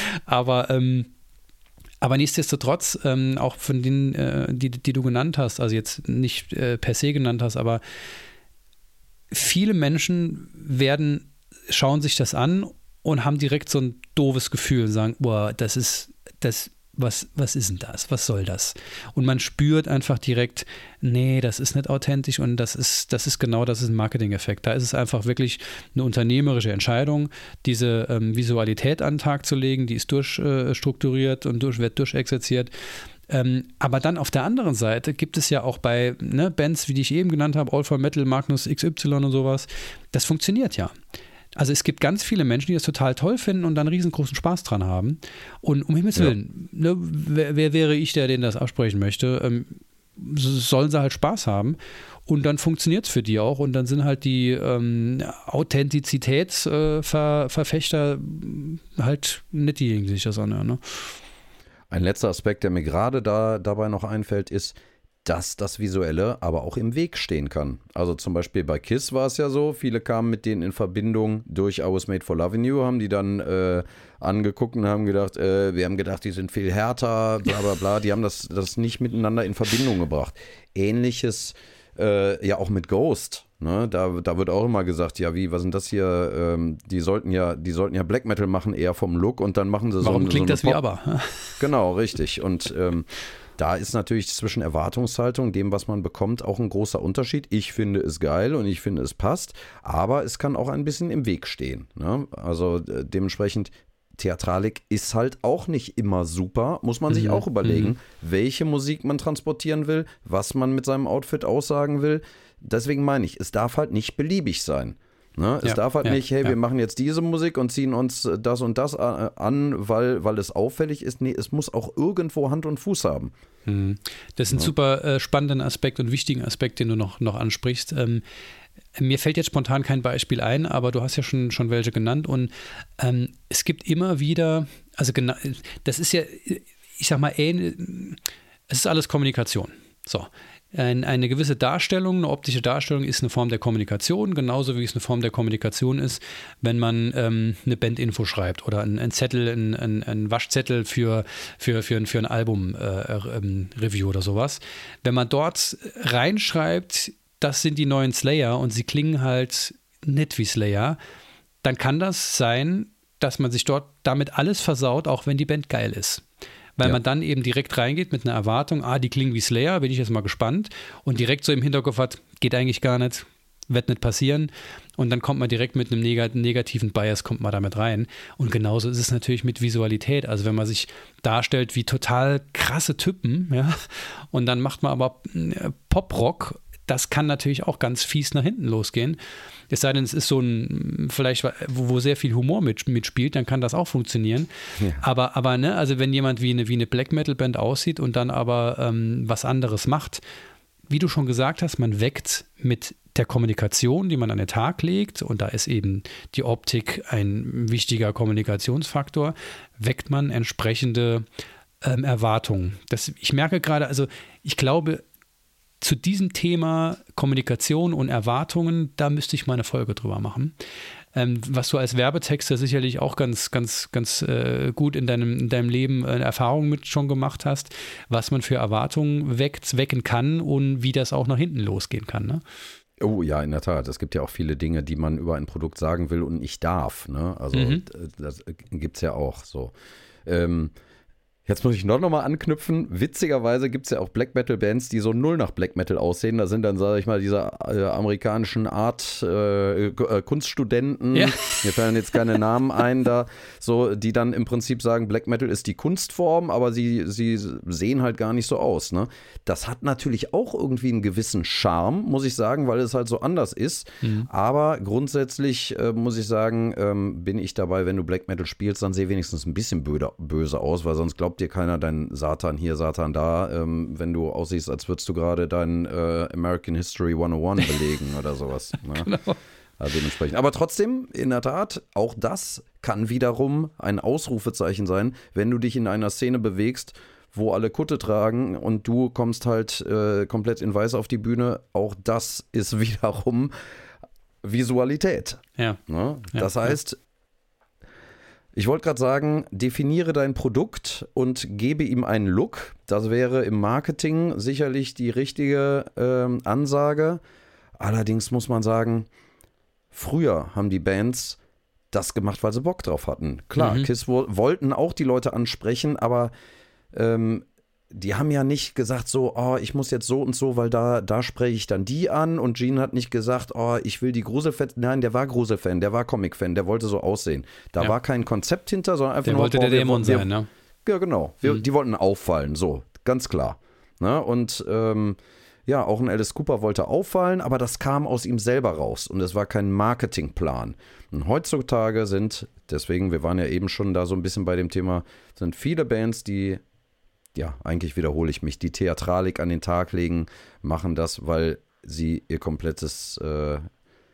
Speaker 1: Aber nichtsdestotrotz, auch von denen, die du genannt hast, also jetzt nicht per se genannt hast, aber viele Menschen schauen sich das an und haben direkt so ein doofes Gefühl und sagen, boah, was ist denn das? Was soll das? Und man spürt einfach direkt, nee, das ist nicht authentisch und das ist ein Marketing-Effekt. Da ist es einfach wirklich eine unternehmerische Entscheidung, diese Visualität an den Tag zu legen, die ist durchstrukturiert und wird durchexerziert. Aber dann auf der anderen Seite gibt es ja auch bei Bands, wie die ich eben genannt habe, All for Metal, Magnus XY und sowas, das funktioniert ja. Also es gibt ganz viele Menschen, die das total toll finden und dann riesengroßen Spaß dran haben. Und um Himmels Willen, ne, wer wäre ich, der denen das absprechen möchte? Sollen sie halt Spaß haben. Und dann funktioniert es für die auch. Und dann sind halt die Authentizitätsverfechter halt nicht diejenigen, die sich das anhören. Ne?
Speaker 2: Ein letzter Aspekt, der mir gerade dabei noch einfällt, ist, dass das Visuelle aber auch im Weg stehen kann. Also zum Beispiel bei KISS war es ja so, viele kamen mit denen in Verbindung durch I Was Made for Loving You, haben die dann angeguckt und haben gedacht, wir haben gedacht, die sind viel härter, bla bla bla, die haben das nicht miteinander in Verbindung gebracht. Ähnliches ja auch mit Ghost. Ne? Da wird auch immer gesagt, ja was sind das hier, die sollten ja Black Metal machen, eher vom Look und dann machen sie
Speaker 1: Warum klingt
Speaker 2: so
Speaker 1: das wie aber?
Speaker 2: Genau, richtig. Und da ist natürlich zwischen Erwartungshaltung, dem, was man bekommt, auch ein großer Unterschied. Ich finde es geil und ich finde es passt, aber es kann auch ein bisschen im Weg stehen. Ne? Also dementsprechend, Theatralik ist halt auch nicht immer super, muss man sich auch überlegen, welche Musik man transportieren will, was man mit seinem Outfit aussagen will. Deswegen meine ich, es darf halt nicht beliebig sein. Ne? Es darf halt nicht, wir machen jetzt diese Musik und ziehen uns das und das an, weil es auffällig ist. Nee, es muss auch irgendwo Hand und Fuß haben.
Speaker 1: Das ist ein super spannender Aspekt und wichtigen Aspekt, den du noch ansprichst. Mir fällt jetzt spontan kein Beispiel ein, aber du hast ja schon welche genannt und es gibt immer wieder, also genau, das ist ja, ich sag mal, es ist alles Kommunikation. So. Eine gewisse Darstellung, eine optische Darstellung ist eine Form der Kommunikation, genauso wie es eine Form der Kommunikation ist, wenn man eine Bandinfo schreibt oder ein Zettel, ein Waschzettel für ein Album-Review oder sowas. Wenn man dort reinschreibt, das sind die neuen Slayer und sie klingen halt nicht wie Slayer, dann kann das sein, dass man sich dort damit alles versaut, auch wenn die Band geil ist. Weil man dann eben direkt reingeht mit einer Erwartung, die klingen wie Slayer, bin ich jetzt mal gespannt. Und direkt so im Hinterkopf hat, geht eigentlich gar nicht, wird nicht passieren. Und dann kommt man direkt mit einem negativen Bias, kommt man damit rein. Und genauso ist es natürlich mit Visualität. Also wenn man sich darstellt wie total krasse Typen, ja, und dann macht man aber Poprock, das kann natürlich auch ganz fies nach hinten losgehen. Es sei denn, es ist so ein, vielleicht, wo sehr viel Humor mitspielt, dann kann das auch funktionieren. Ja. Aber ne, also wenn jemand wie eine Black Metal Band aussieht und dann aber was anderes macht, wie du schon gesagt hast, man weckt mit der Kommunikation, die man an den Tag legt, und da ist eben die Optik ein wichtiger Kommunikationsfaktor, weckt man entsprechende Erwartungen. Ich merke gerade, also ich glaube, zu diesem Thema Kommunikation und Erwartungen, da müsste ich mal eine Folge drüber machen. Was du als Werbetexter sicherlich auch ganz gut in deinem Leben Erfahrungen mit schon gemacht hast, was man für Erwartungen wecken kann und wie das auch nach hinten losgehen kann, ne?
Speaker 2: Oh ja, in der Tat. Es gibt ja auch viele Dinge, die man über ein Produkt sagen will und nicht darf, ne? Also das gibt es ja auch so. Jetzt muss ich noch mal anknüpfen. Witzigerweise gibt es ja auch Black Metal Bands, die so null nach Black Metal aussehen. Da sind dann, sage ich mal, diese amerikanischen Kunststudenten, mir fallen jetzt keine Namen ein, da so, die dann im Prinzip sagen, Black Metal ist die Kunstform, aber sie sehen halt gar nicht so aus. Ne? Das hat natürlich auch irgendwie einen gewissen Charme, muss ich sagen, weil es halt so anders ist. Aber grundsätzlich muss ich sagen, bin ich dabei, wenn du Black Metal spielst, dann sehe wenigstens ein bisschen böse aus, weil sonst glaubt dir keiner dein Satan hier, Satan da, wenn du aussiehst, als würdest du gerade dein American History 101 belegen oder sowas. Ne? Genau. Also dementsprechend. Aber trotzdem, in der Tat, auch das kann wiederum ein Ausrufezeichen sein, wenn du dich in einer Szene bewegst, wo alle Kutte tragen und du kommst halt komplett in Weiß auf die Bühne. Auch das ist wiederum Visualität.
Speaker 1: Ja.
Speaker 2: Ne? Das heißt, ich wollte gerade sagen, definiere dein Produkt und gebe ihm einen Look. Das wäre im Marketing sicherlich die richtige Ansage. Allerdings muss man sagen, früher haben die Bands das gemacht, weil sie Bock drauf hatten. Klar, KISS wollten auch die Leute ansprechen, aber die haben ja nicht gesagt so, ich muss jetzt so und so, weil da spreche ich dann die an, und Gene hat nicht gesagt, ich will die Gruselfan. Nein, der war Gruselfan, der war Comic-Fan, der wollte so aussehen. Da war kein Konzept hinter, sondern einfach
Speaker 1: der
Speaker 2: nur...
Speaker 1: wollte der Dämon sein, ne?
Speaker 2: Ja, genau. Die wollten auffallen, so, ganz klar. Ne? Und auch ein Alice Cooper wollte auffallen, aber das kam aus ihm selber raus und es war kein Marketingplan. Und heutzutage deswegen, wir waren ja eben schon da so ein bisschen bei dem Thema, sind viele Bands, die, eigentlich wiederhole ich mich, die Theatralik an den Tag legen, machen das, weil sie ihre komplette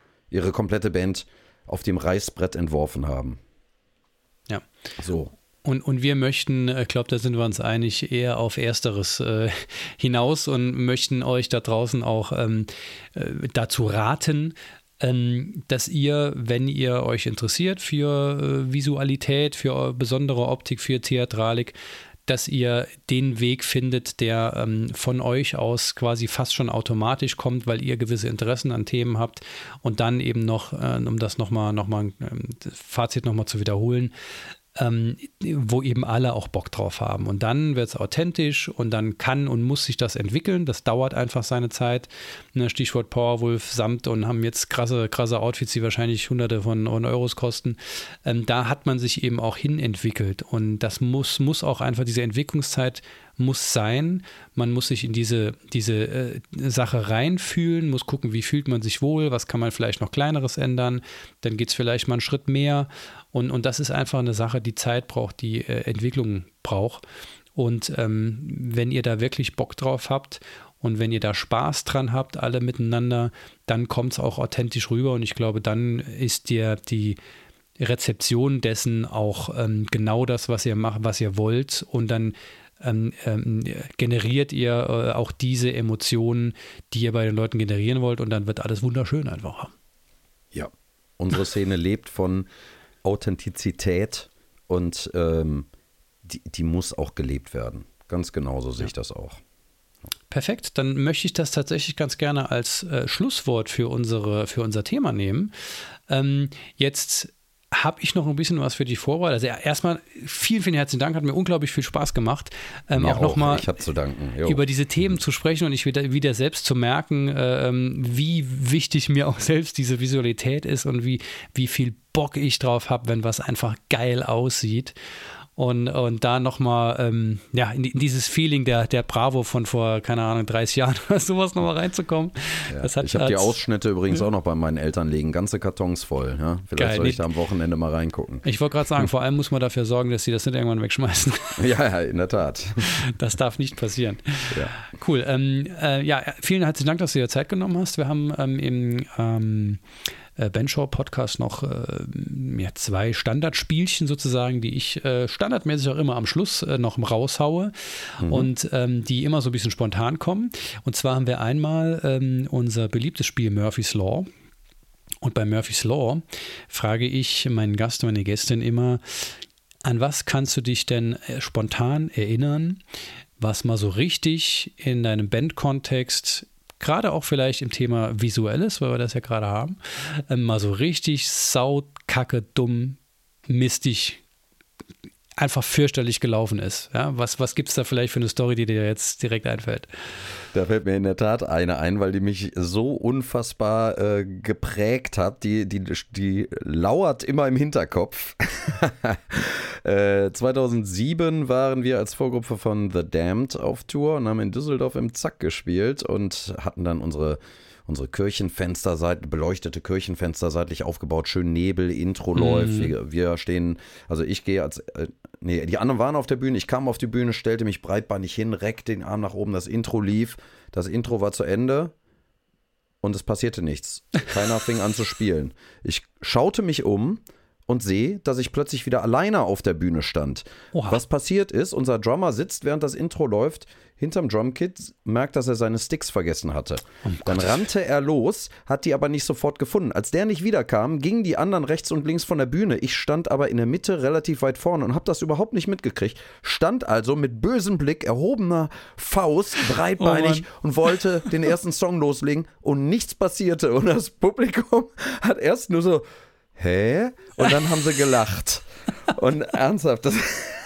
Speaker 2: Band auf dem Reißbrett entworfen haben.
Speaker 1: Ja.
Speaker 2: So.
Speaker 1: Und wir möchten, ich glaube, da sind wir uns einig, eher auf Ersteres hinaus und möchten euch da draußen auch dazu raten, dass ihr, wenn ihr euch interessiert für Visualität, für besondere Optik, für Theatralik, dass ihr den Weg findet, der von euch aus quasi fast schon automatisch kommt, weil ihr gewisse Interessen an Themen habt, und dann eben noch, um das nochmal das Fazit nochmal zu wiederholen, wo eben alle auch Bock drauf haben. Und dann wird es authentisch und dann kann und muss sich das entwickeln. Das dauert einfach seine Zeit. Stichwort Powerwolf, Samt, und haben jetzt krasse Outfits, die wahrscheinlich Hunderte von Euros kosten. Da hat man sich eben auch hin entwickelt. Und das muss auch einfach, diese Entwicklungszeit muss sein. Man muss sich in diese Sache reinfühlen, muss gucken, wie fühlt man sich wohl, was kann man vielleicht noch Kleineres ändern. Dann geht es vielleicht mal einen Schritt mehr. Und das ist einfach eine Sache, die Zeit braucht, die Entwicklung braucht. Und wenn ihr da wirklich Bock drauf habt und wenn ihr da Spaß dran habt, alle miteinander, dann kommt es auch authentisch rüber. Und ich glaube, dann ist die Rezeption dessen auch genau das, was ihr macht, was ihr wollt. Und dann generiert ihr auch diese Emotionen, die ihr bei den Leuten generieren wollt, und dann wird alles wunderschön einfach.
Speaker 2: Ja, unsere Szene lebt von Authentizität und die muss auch gelebt werden. Ganz genauso sehe ich das auch.
Speaker 1: Perfekt, dann möchte ich das tatsächlich ganz gerne als Schlusswort für unser Thema nehmen. Jetzt habe ich noch ein bisschen was für dich vorbereitet. Also erstmal vielen, vielen herzlichen Dank, hat mir unglaublich viel Spaß gemacht. Auch nochmal über diese Themen zu sprechen und ich wieder selbst zu merken, wie wichtig mir auch selbst diese Visualität ist und wie viel Bock ich drauf habe, wenn was einfach geil aussieht. Und da nochmal in dieses Feeling der Bravo von vor, keine Ahnung, 30 Jahren oder sowas nochmal reinzukommen.
Speaker 2: Ja, ich habe die Ausschnitte übrigens auch noch bei meinen Eltern liegen, ganze Kartons voll. Ja? Vielleicht soll ich da am Wochenende mal reingucken.
Speaker 1: Ich wollte gerade sagen, vor allem muss man dafür sorgen, dass sie das nicht irgendwann wegschmeißen.
Speaker 2: Ja, in der Tat.
Speaker 1: Das darf nicht passieren.
Speaker 2: Ja.
Speaker 1: Cool. Vielen herzlichen Dank, dass du dir Zeit genommen hast. Wir haben im Benchau-Podcast noch 2 Standardspielchen sozusagen, die ich standardmäßig auch immer am Schluss noch raushaue und die immer so ein bisschen spontan kommen. Und zwar haben wir einmal unser beliebtes Spiel Murphy's Law. Und bei Murphy's Law frage ich meinen Gast, meine Gästin immer, an was kannst du dich denn spontan erinnern, was mal so richtig in deinem Bandkontext, gerade auch vielleicht im Thema Visuelles, weil wir das ja gerade haben, mal so richtig saukacke, dumm, mistig, einfach fürchterlich gelaufen ist. Ja, was gibt es da vielleicht für eine Story, die dir jetzt direkt einfällt?
Speaker 2: Da fällt mir in der Tat eine ein, weil die mich so unfassbar geprägt hat. Die lauert immer im Hinterkopf. 2007 waren wir als Vorgruppe von The Damned auf Tour und haben in Düsseldorf im Zack gespielt und hatten dann unsere Kirchenfenster, beleuchtete Kirchenfenster seitlich aufgebaut, schön Nebel, Intro läuft, wir stehen, also ich gehe die anderen waren auf der Bühne, ich kam auf die Bühne, stellte mich breitbeinig hin, reckte den Arm nach oben, das Intro lief, das Intro war zu Ende und es passierte nichts. Keiner fing an zu spielen. Ich schaute mich um und sehe, dass ich plötzlich wieder alleine auf der Bühne stand. Oha. Was passiert ist, unser Drummer sitzt, während das Intro läuft, hinterm Drumkit, merkt, dass er seine Sticks vergessen hatte. Dann rannte er los, hat die aber nicht sofort gefunden. Als der nicht wiederkam, gingen die anderen rechts und links von der Bühne. Ich stand aber in der Mitte relativ weit vorne und habe das überhaupt nicht mitgekriegt. Stand also mit bösem Blick, erhobener Faust, breitbeinig und wollte den ersten Song loslegen und nichts passierte. Und das Publikum hat erst nur so hä? Und dann haben sie gelacht. Und ernsthaft, das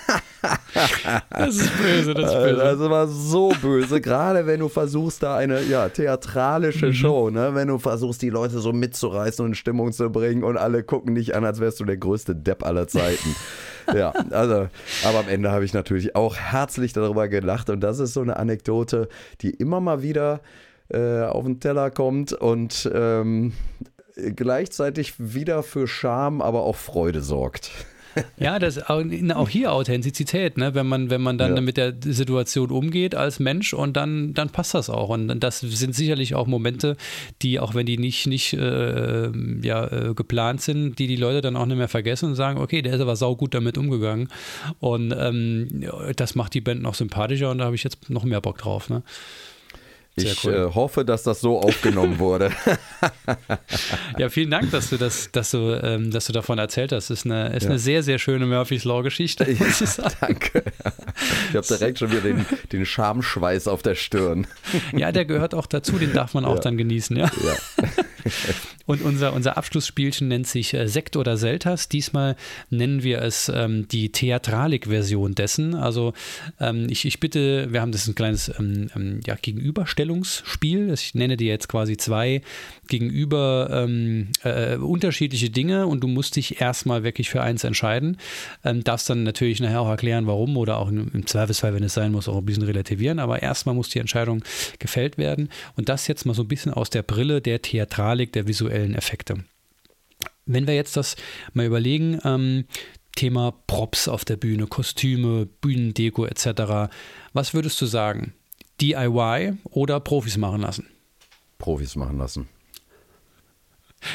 Speaker 1: ist böse, das ist böse.
Speaker 2: Das war so böse, gerade wenn du versuchst, da eine theatralische Show, ne? Wenn du versuchst, die Leute so mitzureißen und in Stimmung zu bringen und alle gucken dich an, als wärst du der größte Depp aller Zeiten. Ja, also, aber am Ende habe ich natürlich auch herzlich darüber gelacht und das ist so eine Anekdote, die immer mal wieder auf den Teller kommt und gleichzeitig wieder für Scham, aber auch Freude sorgt.
Speaker 1: Ja, das auch hier Authentizität, ne? Wenn man dann mit der Situation umgeht als Mensch und dann passt das auch. Und das sind sicherlich auch Momente, die, auch wenn die nicht geplant sind, die Leute dann auch nicht mehr vergessen und sagen, okay, der ist aber saugut damit umgegangen. Und das macht die Band noch sympathischer und da habe ich jetzt noch mehr Bock drauf, ne?
Speaker 2: Ich hoffe, dass das so aufgenommen wurde.
Speaker 1: Ja, vielen Dank, dass du davon erzählt hast. Das ist eine sehr, sehr schöne Murphy's Law-Geschichte, muss ich sagen.
Speaker 2: Danke. Ich habe direkt schon wieder den Schamschweiß auf der Stirn.
Speaker 1: Ja, der gehört auch dazu, den darf man auch dann genießen. Ja. Und unser Abschlussspielchen nennt sich Sekt oder Selters. Diesmal nennen wir es die Theatralik-Version dessen. Also ich bitte, wir haben das ein kleines Gegenüberstellungsspiel. Ich nenne dir jetzt quasi 2 gegenüber unterschiedliche Dinge und du musst dich erstmal wirklich für eins entscheiden. Darfst dann natürlich nachher auch erklären, warum oder auch im Zweifelsfall, wenn es sein muss, auch ein bisschen relativieren. Aber erstmal muss die Entscheidung gefällt werden. Und das jetzt mal so ein bisschen aus der Brille der Theatralik, der visuellen Effekte. Wenn wir jetzt das mal überlegen, Thema Props auf der Bühne, Kostüme, Bühnendeko etc. Was würdest du sagen? DIY oder Profis machen lassen?
Speaker 2: Profis machen lassen.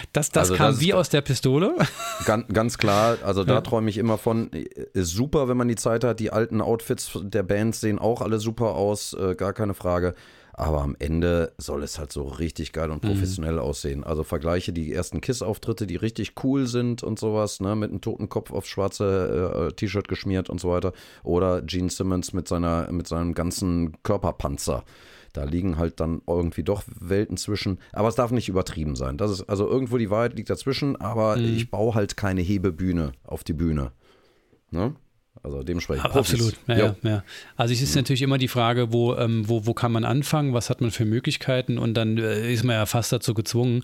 Speaker 1: Das kam wie aus der Pistole.
Speaker 2: Ganz klar, also da träume ich immer von. Ist super, wenn man die Zeit hat. Die alten Outfits der Bands sehen auch alle super aus, gar keine Frage. Aber am Ende soll es halt so richtig geil und professionell aussehen. Also vergleiche die ersten KISS-Auftritte, die richtig cool sind und sowas, ne, mit einem Totenkopf aufs schwarze T-Shirt geschmiert und so weiter. Oder Gene Simmons mit seinem ganzen Körperpanzer. Da liegen halt dann irgendwie doch Welten zwischen. Aber es darf nicht übertrieben sein. Das ist also irgendwo die Wahrheit liegt dazwischen, aber ich baue halt keine Hebebühne auf die Bühne. Ne? Also dementsprechend.
Speaker 1: Absolut, ja. Also es ist natürlich immer die Frage, wo kann man anfangen, was hat man für Möglichkeiten und dann ist man ja fast dazu gezwungen,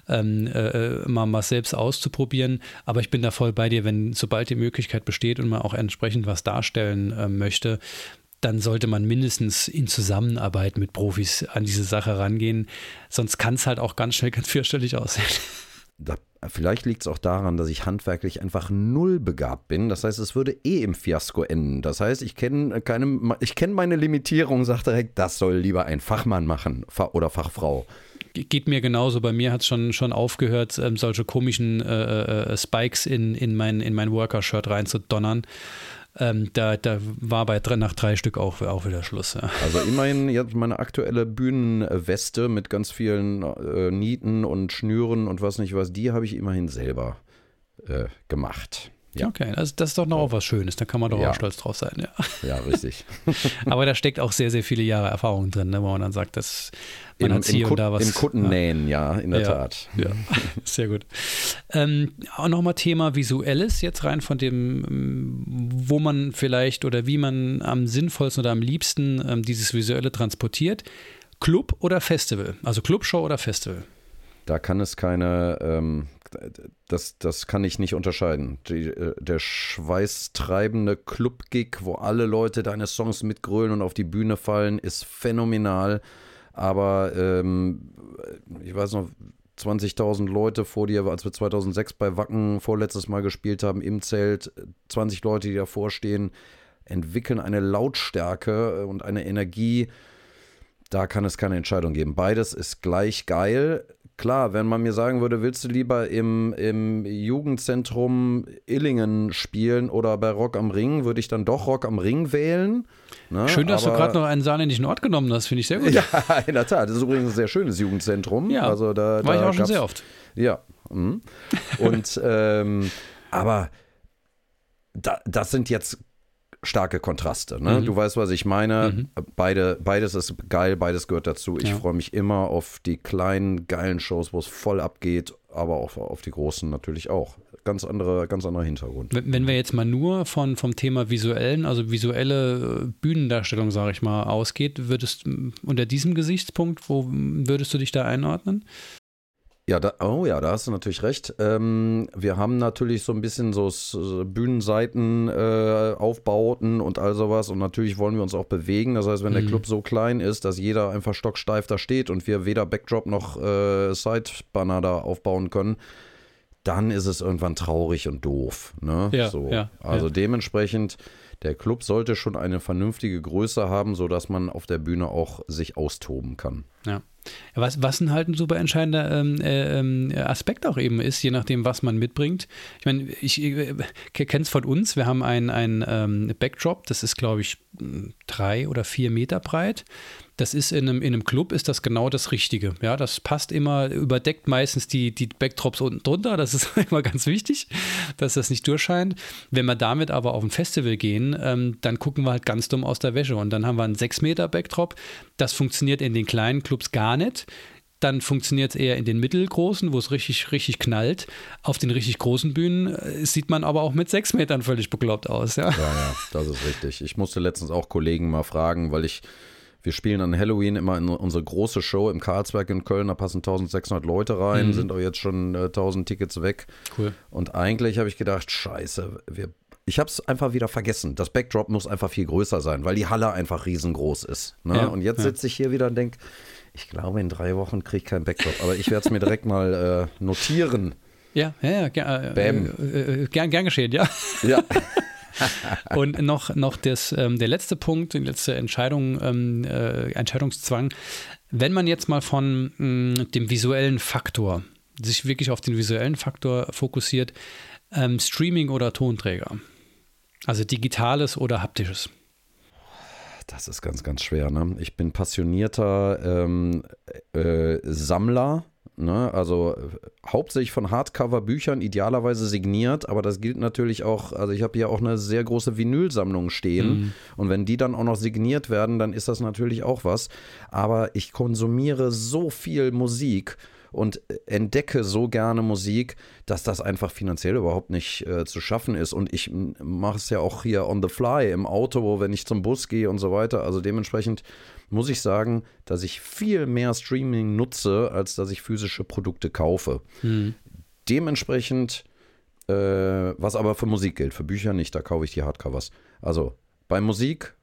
Speaker 1: mal was selbst auszuprobieren. Aber ich bin da voll bei dir, sobald die Möglichkeit besteht und man auch entsprechend was darstellen möchte, dann sollte man mindestens in Zusammenarbeit mit Profis an diese Sache rangehen. Sonst kann es halt auch ganz schnell ganz fürchterlich aussehen.
Speaker 2: Vielleicht liegt es auch daran, dass ich handwerklich einfach null begabt bin. Das heißt, es würde im Fiasko enden. Das heißt, ich kenne meine Limitierung, sage direkt, das soll lieber ein Fachmann machen oder Fachfrau.
Speaker 1: Geht mir genauso. Bei mir hat es schon aufgehört, solche komischen Spikes in mein Worker-Shirt reinzudonnern. Da war nach 3 Stück auch wieder Schluss. Ja.
Speaker 2: Also immerhin jetzt meine aktuelle Bühnenweste mit ganz vielen Nieten und Schnüren und was nicht was, die habe ich immerhin selber gemacht. Ja.
Speaker 1: Okay, das ist doch noch auch was Schönes, da kann man doch auch stolz drauf sein. Ja,
Speaker 2: ja, richtig.
Speaker 1: Aber da steckt auch sehr, sehr viele Jahre Erfahrung drin, ne, wo man dann sagt, dass man hat hier und da was.
Speaker 2: Im Kuttennähen, ja, in der Tat.
Speaker 1: Ja, sehr gut. Auch nochmal Thema Visuelles, jetzt rein von dem, wo man vielleicht oder wie man am sinnvollsten oder am liebsten dieses Visuelle transportiert. Club oder Festival? Also Clubshow oder Festival?
Speaker 2: Da kann es keine, das kann ich nicht unterscheiden. Der schweißtreibende Club-Gig, wo alle Leute deine Songs mitgrölen und auf die Bühne fallen, ist phänomenal. Aber ich weiß noch, 20.000 Leute vor dir, als wir 2006 bei Wacken vorletztes Mal gespielt haben, im Zelt, 20 Leute, die davor stehen, entwickeln eine Lautstärke und eine Energie. Da kann es keine Entscheidung geben. Beides ist gleich geil. Klar, wenn man mir sagen würde, willst du lieber im Jugendzentrum Illingen spielen oder bei Rock am Ring, würde ich dann doch Rock am Ring wählen. Ne?
Speaker 1: Schön, dass du gerade noch einen saarländischen Ort genommen hast, finde ich sehr gut.
Speaker 2: Ja, in der Tat. Das ist übrigens ein sehr schönes Jugendzentrum.
Speaker 1: Ja,
Speaker 2: also da
Speaker 1: war ich auch schon sehr oft.
Speaker 2: Ja. Und aber das sind jetzt starke Kontraste. Ne? Du weißt, was ich meine. Beides ist geil, beides gehört dazu. Ich freue mich immer auf die kleinen, geilen Shows, wo es voll abgeht, aber auch auf die großen natürlich auch. Ganz anderer Hintergrund.
Speaker 1: Wenn wir jetzt mal nur vom Thema visuellen, also visuelle Bühnendarstellung, sage ich mal, ausgeht, unter diesem Gesichtspunkt, wo würdest du dich da einordnen?
Speaker 2: Ja, da hast du natürlich recht. Wir haben natürlich so ein bisschen so Bühnenseiten, Aufbauten und all sowas und natürlich wollen wir uns auch bewegen. Das heißt, wenn der Club so klein ist, dass jeder einfach stocksteif da steht und wir weder Backdrop noch Sidebanner da aufbauen können, dann ist es irgendwann traurig und doof. Ne?
Speaker 1: Ja,
Speaker 2: so.
Speaker 1: Ja,
Speaker 2: also dementsprechend, der Club sollte schon eine vernünftige Größe haben, sodass man auf der Bühne auch sich austoben kann.
Speaker 1: Ja. Was ein halt ein super entscheidender Aspekt auch eben ist, je nachdem, was man mitbringt. Ich meine, ich kenne es von uns, wir haben ein Backdrop, das ist, glaube ich, 3 oder 4 Meter breit. Das ist in einem Club ist das genau das Richtige. Ja, das passt immer, überdeckt meistens die Backdrops unten drunter. Das ist immer ganz wichtig, dass das nicht durchscheint. Wenn wir damit aber auf ein Festival gehen, dann gucken wir halt ganz dumm aus der Wäsche. Und dann haben wir einen 6 Meter Backdrop. Das funktioniert in den kleinen Clubs gar nicht. Dann funktioniert es eher in den mittelgroßen, wo es richtig, richtig knallt. Auf den richtig großen Bühnen sieht man aber auch mit 6 Metern völlig bekloppt aus. Ja,
Speaker 2: das ist richtig. Ich musste letztens auch Kollegen mal fragen, weil wir spielen an Halloween immer in unsere große Show im Karlsberg in Köln, da passen 1600 Leute rein, sind auch jetzt schon 1000 Tickets weg.
Speaker 1: Cool.
Speaker 2: Und eigentlich habe ich gedacht, scheiße, ich habe es einfach wieder vergessen. Das Backdrop muss einfach viel größer sein, weil die Halle einfach riesengroß ist. Ne?
Speaker 1: Ja,
Speaker 2: und jetzt sitze ich hier wieder und denke, ich glaube, in 3 Wochen kriege ich kein Backdrop. Aber ich werde es mir direkt mal notieren.
Speaker 1: Ja, gern geschehen, ja.
Speaker 2: Ja.
Speaker 1: Und noch der letzte Punkt, die letzte Entscheidungszwang. Wenn man jetzt mal von dem visuellen Faktor sich wirklich auf den visuellen Faktor fokussiert, Streaming oder Tonträger? Also digitales oder haptisches?
Speaker 2: Das ist ganz, ganz schwer. Ne? Ich bin passionierter Sammler. Ne? Also hauptsächlich von Hardcover-Büchern, idealerweise signiert, aber das gilt natürlich auch, also ich habe hier auch eine sehr große Vinylsammlung stehen und wenn die dann auch noch signiert werden, dann ist das natürlich auch was. Aber ich konsumiere so viel Musik und entdecke so gerne Musik, dass das einfach finanziell überhaupt nicht zu schaffen ist. Und ich mache es ja auch hier on the fly im Auto, wenn ich zum Bus gehe und so weiter. Also dementsprechend muss ich sagen, dass ich viel mehr Streaming nutze, als dass ich physische Produkte kaufe. Dementsprechend, was aber für Musik gilt, für Bücher nicht, da kaufe ich die Hardcovers. Also bei Musik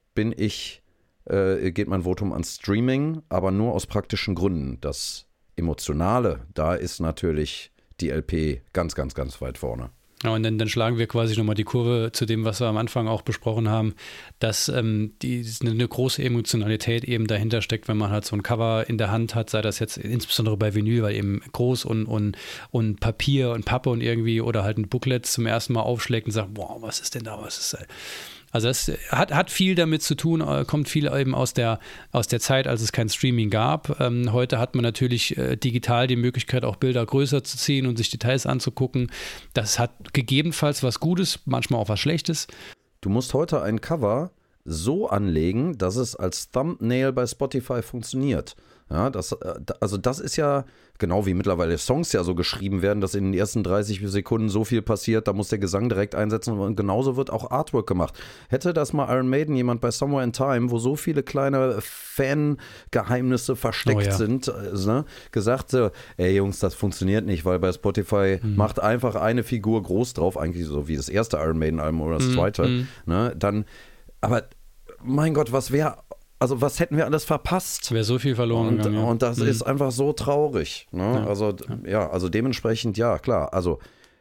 Speaker 2: geht mein Votum an Streaming, aber nur aus praktischen Gründen. Das Emotionale, da ist natürlich die LP ganz, ganz, ganz weit vorne.
Speaker 1: Ja, und dann schlagen wir quasi nochmal die Kurve zu dem, was wir am Anfang auch besprochen haben, dass eine große Emotionalität eben dahinter steckt, wenn man halt so ein Cover in der Hand hat, sei das jetzt insbesondere bei Vinyl, weil eben groß und Papier und Pappe und irgendwie oder halt ein Booklet zum ersten Mal aufschlägt und sagt, wow, was ist denn da, was ist da? Also es hat viel damit zu tun, kommt viel eben aus der Zeit, als es kein Streaming gab. Heute hat man natürlich digital die Möglichkeit, auch Bilder größer zu ziehen und sich Details anzugucken. Das hat gegebenenfalls was Gutes, manchmal auch was Schlechtes.
Speaker 2: Du musst heute ein Cover so anlegen, dass es als Thumbnail bei Spotify funktioniert. Ja, das ist ja genau wie mittlerweile Songs ja so geschrieben werden, dass in den ersten 30 Sekunden so viel passiert, da muss der Gesang direkt einsetzen und genauso wird auch Artwork gemacht. Hätte das mal Iron Maiden jemand bei Somewhere in Time, wo so viele kleine Fan-Geheimnisse versteckt sind, gesagt, ey Jungs, das funktioniert nicht, weil bei Spotify macht einfach eine Figur groß drauf, eigentlich so wie das erste Iron Maiden-Album oder das zweite, ne, dann, aber mein Gott, was hätten wir alles verpasst?
Speaker 1: Wäre so viel verloren gegangen. Ja.
Speaker 2: Und das ist einfach so traurig. Ne? Ja. Also dementsprechend, ja, klar. Also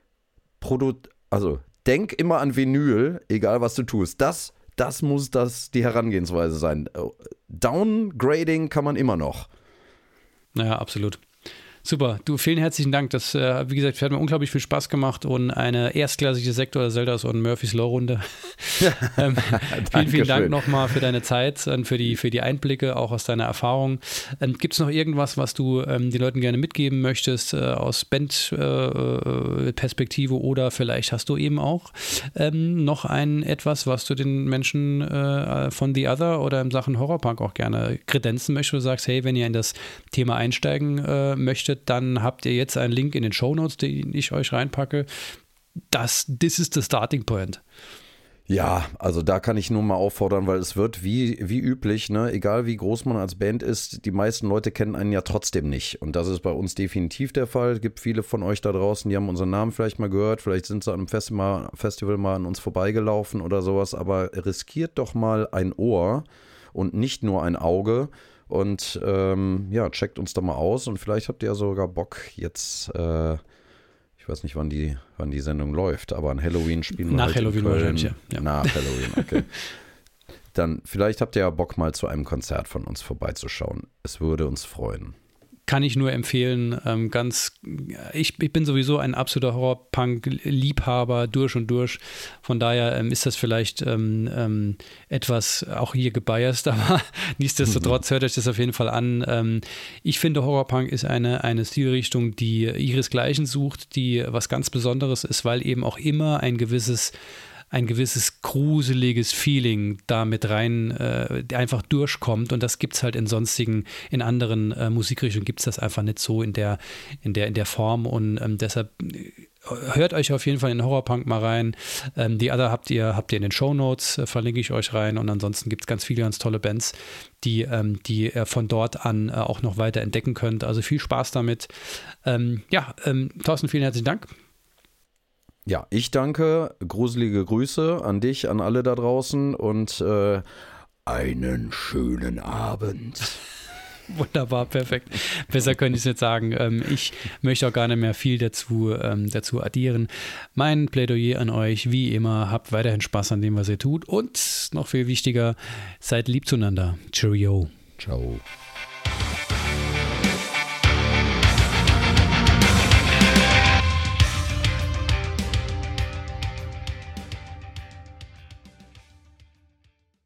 Speaker 2: denk immer an Vinyl, egal was du tust. Das muss die Herangehensweise sein. Downgrading kann man immer noch.
Speaker 1: Naja, absolut. Super, du, vielen herzlichen Dank. Das, wie gesagt, hat mir unglaublich viel Spaß gemacht und eine erstklassige Sektor Zeldas und Murphys Law Runde. Vielen Dank nochmal für deine Zeit und für die Einblicke, auch aus deiner Erfahrung. Gibt es noch irgendwas, was du den Leuten gerne mitgeben möchtest aus Bandperspektive oder vielleicht hast du eben auch noch etwas, was du den Menschen von The Other oder in Sachen Horrorpunk auch gerne kredenzen möchtest, wo du sagst, hey, wenn ihr in das Thema einsteigen möchtet, dann habt ihr jetzt einen Link in den Shownotes, den ich euch reinpacke. This is the starting point.
Speaker 2: Ja, also da kann ich nur mal auffordern, weil es wird wie üblich, ne, egal wie groß man als Band ist, die meisten Leute kennen einen ja trotzdem nicht. Und das ist bei uns definitiv der Fall. Es gibt viele von euch da draußen, die haben unseren Namen vielleicht mal gehört, vielleicht sind sie an einem Festival mal an uns vorbeigelaufen oder sowas, aber riskiert doch mal ein Ohr und nicht nur ein Auge. Und checkt uns da mal aus und vielleicht habt ihr ja sogar Bock jetzt, ich weiß nicht, wann die Sendung läuft, aber an Halloween spielen wir
Speaker 1: nach Halloween wahrscheinlich, ja.
Speaker 2: Nach Halloween, okay. Dann vielleicht habt ihr ja Bock mal zu einem Konzert von uns vorbeizuschauen. Es würde uns freuen.
Speaker 1: Kann ich nur empfehlen, ich bin sowieso ein absoluter Horrorpunk-Liebhaber durch und durch, von daher ist das vielleicht etwas auch hier gebiased, aber nichtsdestotrotz hört euch das auf jeden Fall an. Ich finde, Horrorpunk ist eine Stilrichtung, die ihresgleichen sucht, die was ganz Besonderes ist, weil eben auch immer ein gewisses gruseliges Feeling da mit rein einfach durchkommt und das gibt es halt in anderen Musikrichtungen gibt es das einfach nicht so in der Form und deshalb hört euch auf jeden Fall in den Horrorpunk mal rein. Die Other habt ihr in den Shownotes, verlinke ich euch rein und ansonsten gibt es ganz viele ganz tolle Bands, die ihr von dort an auch noch weiter entdecken könnt. Also viel Spaß damit. Thorsten, vielen herzlichen Dank.
Speaker 2: Ja, ich danke, gruselige Grüße an dich, an alle da draußen und einen schönen Abend.
Speaker 1: Wunderbar, perfekt. Besser könnte ich es nicht sagen. Ich möchte auch gar nicht mehr viel dazu addieren. Mein Plädoyer an euch, wie immer, habt weiterhin Spaß an dem, was ihr tut und noch viel wichtiger, seid lieb zueinander. Cheerio.
Speaker 2: Ciao.